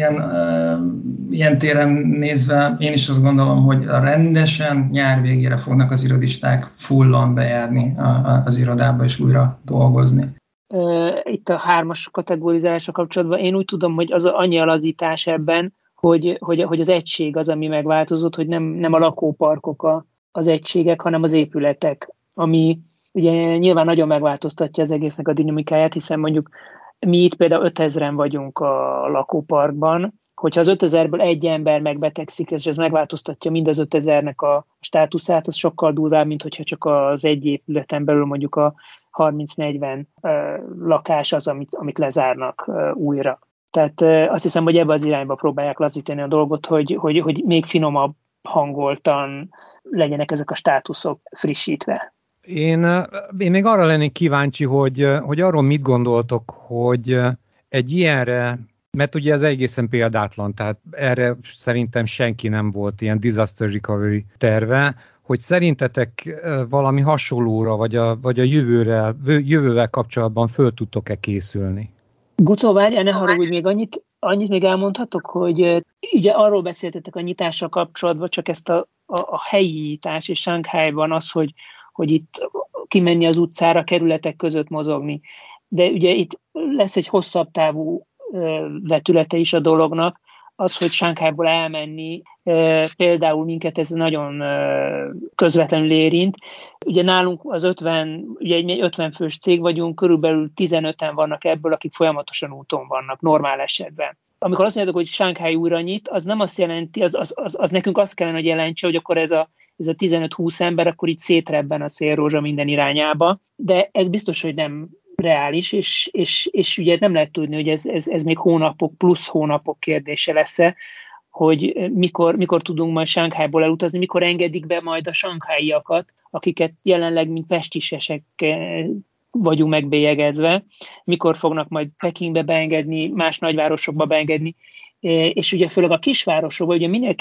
ilyen téren nézve én is azt gondolom, hogy rendesen nyár végére fognak az irodisták fullan bejárni az irodába és újra dolgozni.
Itt a 3-as kategorizálása kapcsolatban én úgy tudom, hogy az annyi alazítás ebben, hogy az egység az, ami megváltozott, hogy nem a lakóparkok az egységek, hanem az épületek, ami ugye nyilván nagyon megváltoztatja az egésznek a dinamikáját, hiszen mondjuk mi itt például 5000-en vagyunk a lakóparkban, hogyha az 5000-ből egy ember megbetegszik, és ez megváltoztatja mind az 5000-nek a státuszát, az sokkal durvább, mint hogyha csak az egy épületen belül mondjuk a 30-40 lakás az, amit lezárnak újra. Tehát azt hiszem, hogy ebbe az irányba próbálják lazítani a dolgot, hogy még finomabb hangoltan legyenek ezek a státuszok frissítve.
Én még arra lennék kíváncsi, hogy arról mit gondoltok, hogy egy ilyenre, mert ugye ez egészen példátlan, tehát erre szerintem senki nem volt ilyen disaster recovery terve, hogy szerintetek valami hasonlóra, vagy a jövővel kapcsolatban föl tudtok-e készülni?
Gucó, várjál, ne haragudj, még annyit még elmondhatok, hogy ugye arról beszéltetek a nyitással kapcsolatban, csak ezt a helyi nyitás, és Sánkhájban az, hogy itt kimenni az utcára, kerületek között mozogni. De ugye itt lesz egy hosszabb távú vetülete is a dolognak, az, hogy Sánkhájból elmenni, például minket ez nagyon közvetlenül érint. Ugye nálunk az 50, ugye egy 50 fős cég vagyunk, körülbelül 15-en vannak ebből, akik folyamatosan úton vannak, normál esetben. Amikor azt mondjuk, hogy Sánkháj újra nyit, az nem azt jelenti, az nekünk azt kellene, hogy jelentse, hogy akkor ez a 15-20 ember, akkor így szétrebben a szélrózsa minden irányába, de ez biztos, hogy nem reális, és ugye nem lehet tudni, hogy ez még hónapok plusz hónapok kérdése lesz-e, hogy mikor tudunk majd Sánkhájból elutazni, mikor engedik be majd a sánkhájiakat, akiket jelenleg mint pestisesek vagyunk megbélyegezve, mikor fognak majd Pekingbe beengedni, más nagyvárosokba beengedni, és ugye főleg a kisvárosokban, ugye minél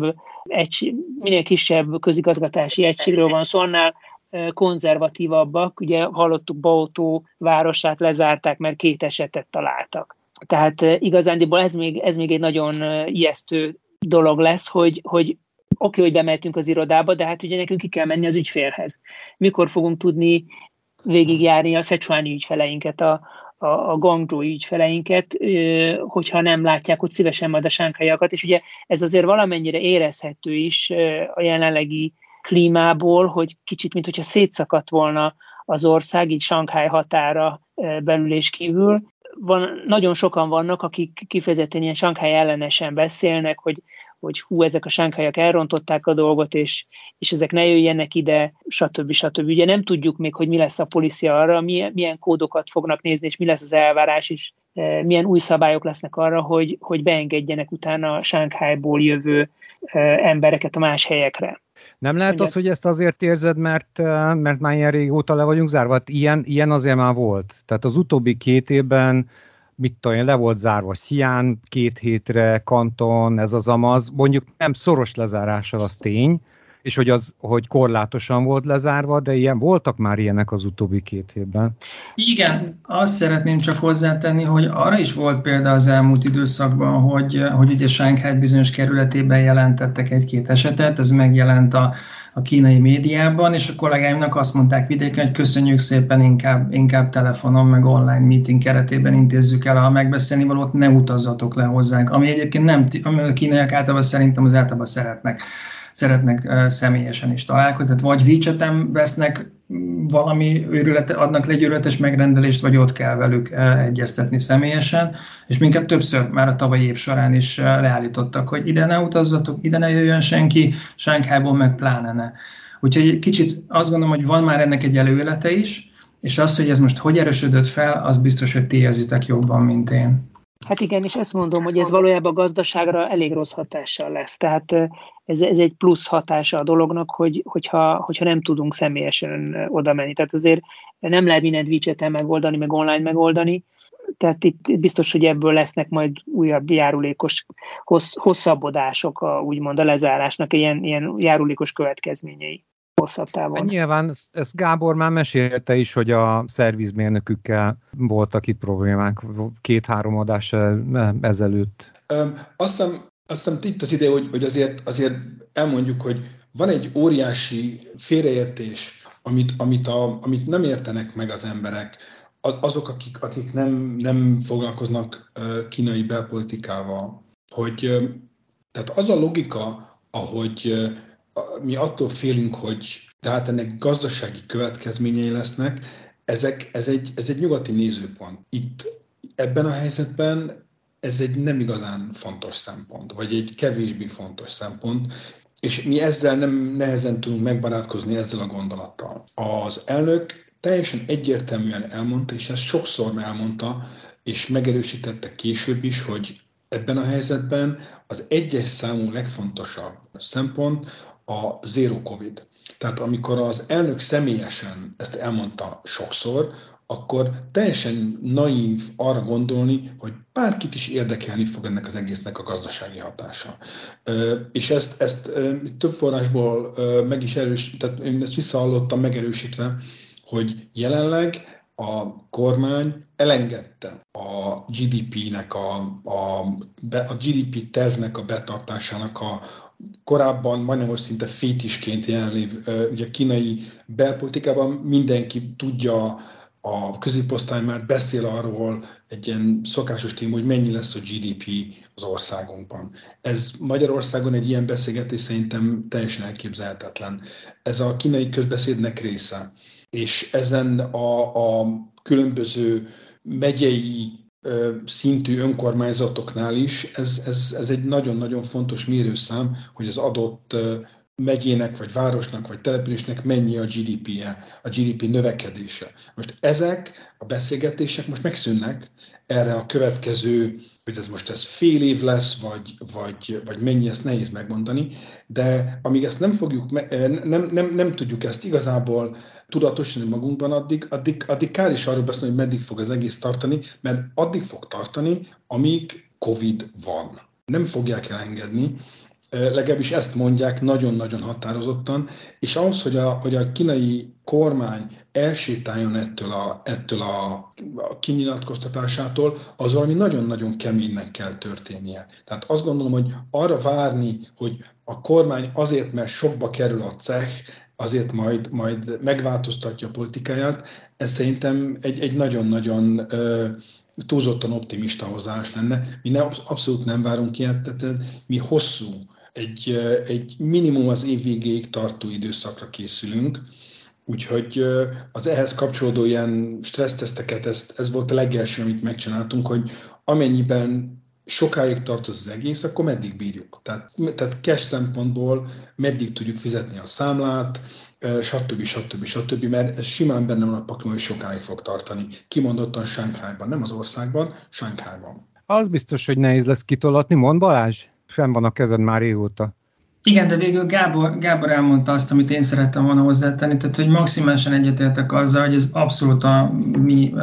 kisebb közigazgatási egységről van szó, annál konzervatívabbak, ugye hallottuk Baotó városát lezárták, mert 2 esetet találtak. Tehát igazándiból ez még egy nagyon ijesztő dolog lesz, hogy oké, hogy bemehetünk az irodába, de hát ugye nekünk ki kell menni az ügyfélhez. Mikor fogunk tudni végigjárni a szecsuáni ügyfeleinket, a guangzhou ügyfeleinket, hogyha nem látják ott szívesen majd a sánkhájiakat, és ugye ez azért valamennyire érezhető is a jelenlegi klímából, hogy kicsit, mint hogyha szétszakadt volna az ország, így Sánkháj határa belül és kívül. Nagyon sokan vannak, akik kifejezetten ilyen Sánkháj ellenesen beszélnek, hú, ezek a sánghaiak elrontották a dolgot, és ezek ne jöjjenek ide, stb. Ugye nem tudjuk még, hogy mi lesz a policia arra, milyen kódokat fognak nézni, és mi lesz az elvárás, és milyen új szabályok lesznek arra, hogy beengedjenek utána Sánghaiból jövő embereket a más helyekre.
Nem lehet az, hogy ezt azért érzed, mert már ilyen régóta le vagyunk zárva? Hát ilyen azért már volt. Tehát az utóbbi 2 évben, mit tudom én, le volt zárva Xi'an 2 hétre, Kanton, ez az amaz, mondjuk nem szoros lezárással, az tény, és hogy korlátosan volt lezárva, de voltak már ilyenek az utóbbi 2 évben.
Igen, azt szeretném csak hozzátenni, hogy arra is volt példa az elmúlt időszakban, hogy ugye Shanghai bizonyos kerületében jelentettek 1-2 esetet, ez megjelent a kínai médiában, és a kollégáimnak azt mondták vidéken, hogy köszönjük szépen, inkább telefonon, meg online meeting keretében intézzük el a megbeszélni valót, ne utazzatok le hozzánk, ami egyébként ami a kínaiak általában szerintem az általában szeretnek személyesen is találkozni, tehát vagy WeChat-en vesznek valami adnak le egy őrületes megrendelést, vagy ott kell velük egyeztetni személyesen, és minket többször már a tavalyi év során is leállítottak, hogy ide ne utazzatok, ide ne jöjjön senki, Shanghaiból meg pláne ne. Úgyhogy kicsit azt gondolom, hogy van már ennek egy előélete is, és az, hogy ez most hogy erősödött fel, az biztos, hogy ti érzitek jobban, mint én.
Hát igen, és ezt mondom, hogy ez valójában a gazdaságra elég rossz hatással lesz. Tehát ez egy plusz hatása a dolognak, hogyha nem tudunk személyesen oda menni. Tehát azért nem lehet mindent WeChat-en megoldani, meg online megoldani. Tehát itt biztos, hogy ebből lesznek majd újabb járulékos hosszabbodások, úgymond a lezárásnak, ilyen járulékos következményei hosszabb távon.
Nyilván ezt Gábor már mesélte is, hogy a szervizmérnökükkel voltak itt problémák 2-3 adás ezelőtt.
Azt hiszem itt az ide, hogy azért elmondjuk, hogy van egy óriási félreértés, amit nem értenek meg az emberek, azok, akik nem foglalkoznak kínai belpolitikával, hogy tehát az a logika, ahogy mi attól félünk, hogy tehát ennek gazdasági következményei lesznek, ez egy nyugati nézőpont. Itt ebben a helyzetben ez egy nem igazán fontos szempont, vagy egy kevésbé fontos szempont, és mi ezzel nem nehezen tudunk megbarátkozni ezzel a gondolattal. Az elnök teljesen egyértelműen elmondta, és ezt sokszor elmondta, és megerősítette később is, hogy ebben a helyzetben az egyes számú legfontosabb szempont a zero covid. Tehát amikor az elnök személyesen ezt elmondta sokszor, akkor teljesen naív arra gondolni, hogy bárkit is érdekelni fog ennek az egésznek a gazdasági hatása. És ezt több forrásból meg is tehát én ezt visszahallottam megerősítve, hogy jelenleg a kormány elengedte a GDP-nek, a GDP tervnek a betartásának korábban majdnem most szinte fétisként jelenlévő, ugye kínai belpolitikában mindenki tudja, a középosztály már beszél arról, egy ilyen szokásos téma, hogy mennyi lesz a GDP az országunkban. Ez Magyarországon egy ilyen beszélgetés szerintem teljesen elképzelhetetlen. Ez a kínai közbeszédnek része. És ezen a különböző megyei szintű önkormányzatoknál is ez egy nagyon-nagyon fontos mérőszám, hogy az adott megyének, vagy városnak, vagy településnek mennyi a GDP-je, a GDP növekedése. Most ezek a beszélgetések most megszűnnek erre a következő, hogy ez fél év lesz, vagy mennyi, ezt nehéz megmondani, de amíg ezt nem fogjuk, nem tudjuk ezt igazából tudatosítani magunkban, addig kár is arról beszélni, hogy meddig fog az egész tartani, mert addig fog tartani, amíg Covid van. Nem fogják elengedni, legalábbis ezt mondják nagyon-nagyon határozottan, és ahhoz, hogy a kínai kormány elsétáljon ettől a kinyilatkoztatásától, az valami nagyon-nagyon keménynek kell történnie. Tehát azt gondolom, hogy arra várni, hogy a kormány azért, mert sokba kerül a ceh, azért majd megváltoztatja a politikáját, ez szerintem egy nagyon-nagyon túlzottan optimista hozzáállás lenne. Mi abszolút nem várunk ilyet, tehát mi hosszú, egy minimum az év végéig tartó időszakra készülünk, úgyhogy az ehhez kapcsolódó ilyen stresszteszteket, ez volt a legelső, amit megcsináltunk, hogy amennyiben sokáig tart az egész, akkor meddig bírjuk? Tehát cash szempontból meddig tudjuk fizetni a számlát, stb. Mert ez simán benne van a pakliban, hogy sokáig fog tartani. Kimondottan Sánkhájban, nem az országban, Sánkhájban.
Az biztos, hogy nehéz lesz kitolatni, mond Balázs? Fenn van a kezed már régóta.
Igen, de végül Gábor elmondta azt, amit én szerettem volna hozzátenni, tehát hogy maximálisan egyetértek azzal, hogy ez abszolút a mi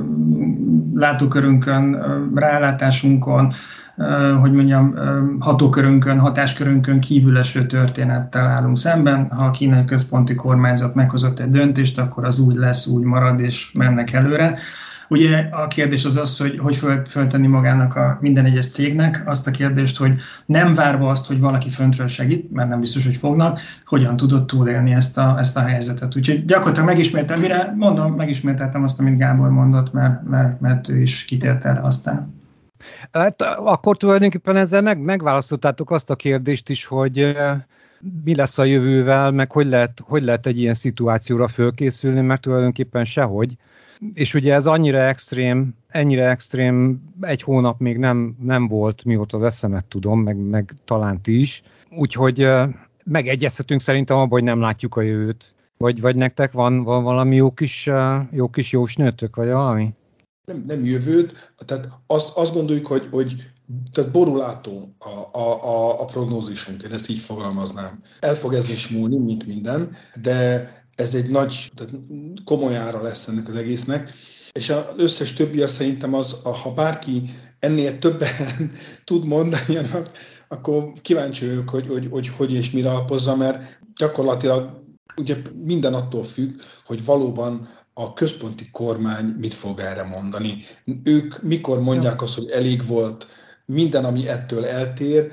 látókörünkön, rálátásunkon, hogy mondjam, hatókörünkön, hatáskörünkön kívül eső történettel állunk szemben. Ha a kínai központi kormányzat meghozott egy döntést, akkor az úgy lesz, úgy marad, és mennek előre. Ugye a kérdés az, hogy föltenni magának a minden egyes cégnek azt a kérdést, hogy nem várva azt, hogy valaki föntről segít, mert nem biztos, hogy fognak, hogyan tudod túlélni ezt a helyzetet. Úgyhogy gyakorlatilag megismételtem azt, amit Gábor mondott, mert ő is kitért erre aztán.
Hát akkor tulajdonképpen ezzel megválaszoltátok azt a kérdést is, hogy mi lesz a jövővel, meg hogy lehet egy ilyen szituációra fölkészülni, mert tulajdonképpen sehogy. És ugye ez ennyire extrém egy hónap még nem volt, mióta az eszemet tudom, meg talán ti is. Úgyhogy megegyezhetünk szerintem abban, hogy nem látjuk a jövőt. Vagy nektek van valami jó kis jósnőtök, vagy valami?
Nem jövőt, tehát azt gondoljuk, hogy tehát borulátó a prognózisunk, én ezt így fogalmaznám. El fog ez is múlni, mint minden, de ez egy nagy, tehát komoly ára lesz ennek az egésznek, és az összes többi az szerintem az, ha bárki ennél többen tud mondani, akkor kíváncsi vagyok, hogy és mire alapozza, mert gyakorlatilag ugye minden attól függ, hogy valóban a központi kormány mit fog erre mondani. Ők mikor mondják azt, hogy elég volt, minden, ami ettől eltér,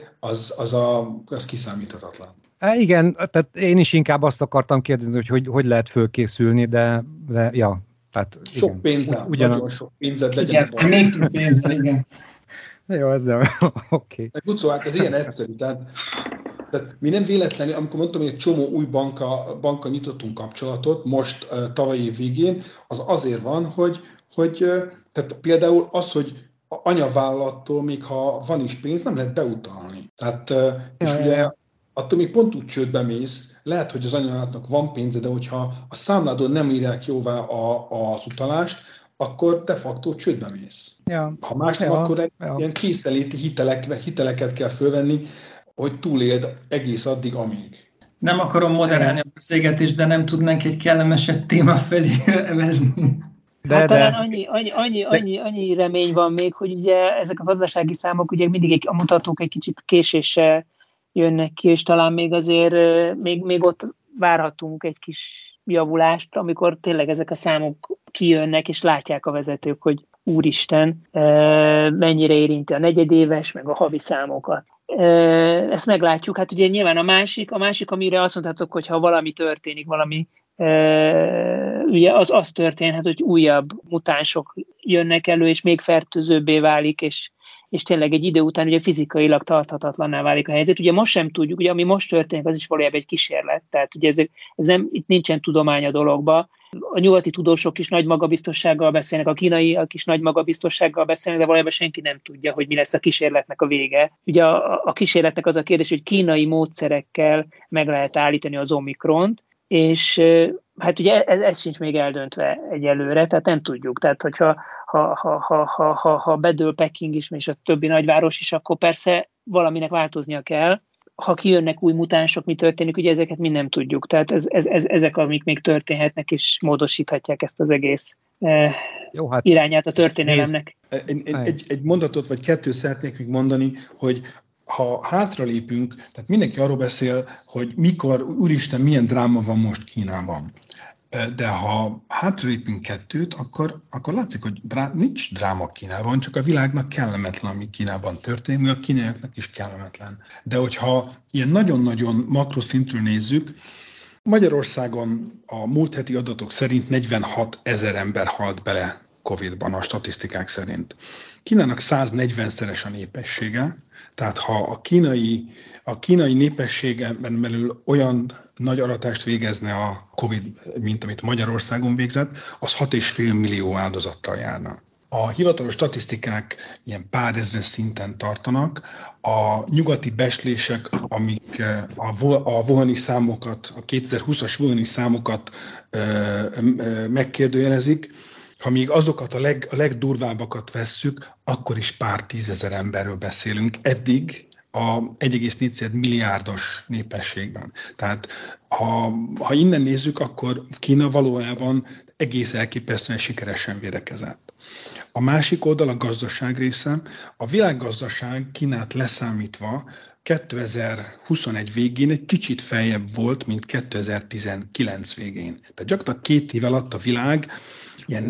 az kiszámíthatatlan.
Igen, tehát én is inkább azt akartam kérdezni, hogy lehet fölkészülni, de ja. Tehát,
sok
igen.
pénzzel, nagyon sok pénzed legyen.
Igen, még több pénzzel, igen.
Jó, ez nem, oké.
Gucó, hát ez ilyen egyszerű, tehát mi nem véletlenül, amikor mondtam, hogy egy csomó új banka nyitottunk kapcsolatot, most tavalyi év végén, az azért van, hogy tehát például az, hogy anyavállalattól, még ha van is pénz, nem lehet beutalni. Tehát, és ugye attól még pont úgy csődbe mész, lehet, hogy az anyavállalatnak van pénze, de hogyha a számládon nem írják jóvá az utalást, akkor de facto csődbe mész.
Ja.
Ha más nem, akkor ilyen készeléti hiteleket kell fölvenni, hogy túléld egész addig, amíg.
Nem akarom moderálni a beszélgetést, de nem tudnánk egy kellemesebb téma felé evezni.
Talán annyi remény van még, hogy ugye ezek a gazdasági számok ugye mindig a mutatók egy kicsit késéssel jönnek ki, és talán még azért még ott várhatunk egy kis javulást, amikor tényleg ezek a számok kijönnek, és látják a vezetők, hogy úristen, mennyire érinti a negyedéves, meg a havi számokat. Ezt meglátjuk. Hát ugye nyilván a másik, amire azt mondhatok, hogy ha valami történik, ugye az történhet, hogy újabb mutánsok jönnek elő, és még fertőzőbbé válik, és tényleg egy idő után ugye fizikailag tarthatatlanná válik a helyzet. Ugye most sem tudjuk, ugye ami most történik, az is valójában egy kísérlet, tehát ugye ez nem, itt nincsen tudomány a dologba. A nyugati tudósok is nagy magabiztossággal beszélnek, a kínaiak is nagy magabiztossággal beszélnek, de valójában senki nem tudja, hogy mi lesz a kísérletnek a vége. Ugye a kísérletnek az a kérdés, hogy kínai módszerekkel meg lehet állítani az Omikront, és hát ugye ez sincs még eldöntve egyelőre, tehát nem tudjuk. Tehát hogyha ha bedől Peking is, és a többi nagyváros is, akkor persze valaminek változnia kell. Ha kijönnek új mutánsok, mi történik, ugye ezeket mi nem tudjuk. Tehát ezek, amik még történhetnek, és módosíthatják ezt az egész irányát a történelemnek.
Egy mondatot vagy kettőt szeretnék még mondani, hogy ha hátralépünk, tehát mindenki arról beszél, hogy mikor, úristen, milyen dráma van most Kínában. De ha hátralépünk kettőt, akkor látszik, hogy nincs dráma Kínában, csak a világnak kellemetlen, ami Kínában történik, a kínaiaknak is kellemetlen. De hogyha ilyen nagyon-nagyon makroszintről nézzük, Magyarországon a múlt heti adatok szerint 46 000 ember halt bele Covid-ban a statisztikák szerint. Kínának 140-szeres a népessége, tehát ha a kínai népességen belül olyan nagy aratást végezne a Covid, mint amit Magyarországon végzett, az 6,5 millió áldozattal járna. A hivatalos statisztikák ilyen pár ezer szinten tartanak. A nyugati becslések, amik a wuhani számokat, a 2020-as wuhani számokat megkérdőjelezik, ha még azokat a legdurvábbakat vesszük, akkor is pár tízezer emberről beszélünk. Eddig a 1,4 milliárdos népességben. Tehát ha innen nézzük, akkor Kína valójában egész elképesztően sikeresen védekezett. A másik oldal a gazdaság része. A világgazdaság Kínát leszámítva 2021 végén egy kicsit feljebb volt, mint 2019 végén. Tehát gyakorlatilag 2 év alatt a világ ilyen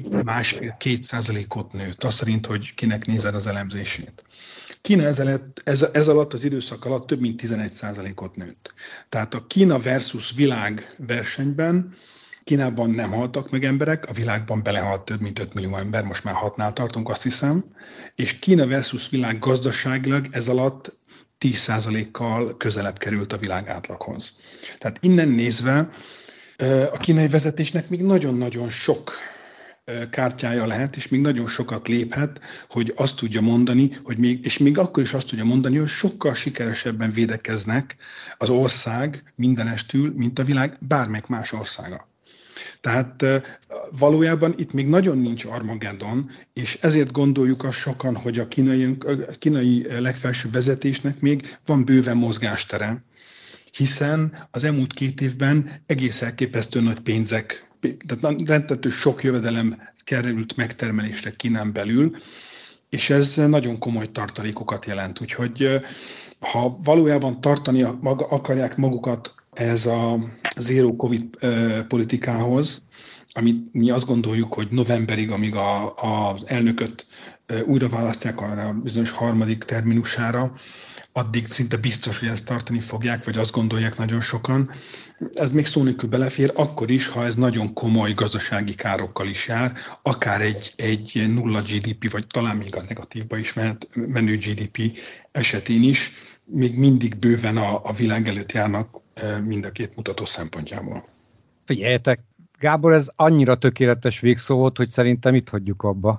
1,5-2% nőtt, azt szerint, hogy kinek nézed az elemzését. Kína ez alatt az időszak alatt több mint 11%-ot nőtt. Tehát a Kína versus világ versenyben Kínában nem haltak meg emberek, a világban belehalt több mint 5 millió ember, most már 6-nál tartunk, azt hiszem, és Kína versus világ gazdaságilag ez alatt 10%-kal közelebb került a világ átlaghoz. Tehát innen nézve a kínai vezetésnek még nagyon-nagyon sok kártyája lehet, és még nagyon sokat léphet, hogy azt tudja mondani, és még akkor is azt tudja mondani, hogy sokkal sikeresebben védekeznek az ország mindenestül, mint a világ bármelyik más országa. Tehát valójában itt még nagyon nincs Armageddon, és ezért gondoljuk azt sokan, hogy a kínai legfelsőbb vezetésnek még van bőven mozgástere, hiszen az elmúlt 2 évben egész elképesztő nagy pénzek, tehát rendkívül sok jövedelem került megtermelésre Kínán belül, és ez nagyon komoly tartalékokat jelent. Úgyhogy ha valójában tartani akarják magukat ez a zero covid politikához, amit mi azt gondoljuk, hogy novemberig, amíg az elnököt újra választják arra a bizonyos 3. terminusára, addig szinte biztos, hogy ezt tartani fogják, vagy azt gondolják nagyon sokan. Ez még szó nélkül belefér, akkor is, ha ez nagyon komoly gazdasági károkkal is jár, akár egy nulla GDP, vagy talán még a negatívba is menő GDP esetén is, még mindig bőven a világ előtt járnak mind a 2 mutató szempontjából.
Figyeljetek, Gábor, ez annyira tökéletes végszó volt, hogy szerintem itt hagyjuk abba.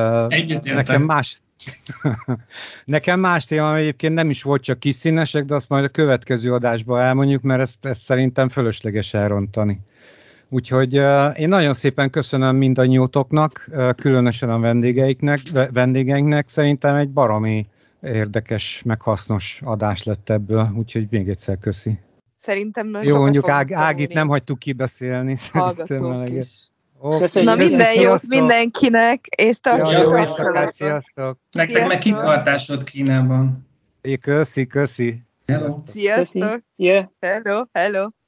Nekem más téma egyébként nem is volt, csak kis színesek, de azt majd a következő adásban elmondjuk, mert ezt szerintem fölösleges elrontani. Úgyhogy én nagyon szépen köszönöm mindannyiótoknak, különösen a vendégeinknek. Szerintem egy baromi érdekes, meg hasznos adás lett ebből, úgyhogy még egyszer köszi.
Szerintem nagyon
jó, mondjuk Ágit nem hagytuk kibeszélni.
Hallgatók is.
Köszönjük.
Na minden jót mindenkinek, és tartjuk
a sziasztok.
Nektek meg kitartásod Kínában.
Köszi.
Hello.
Sziasztok.
Szia.
Hello.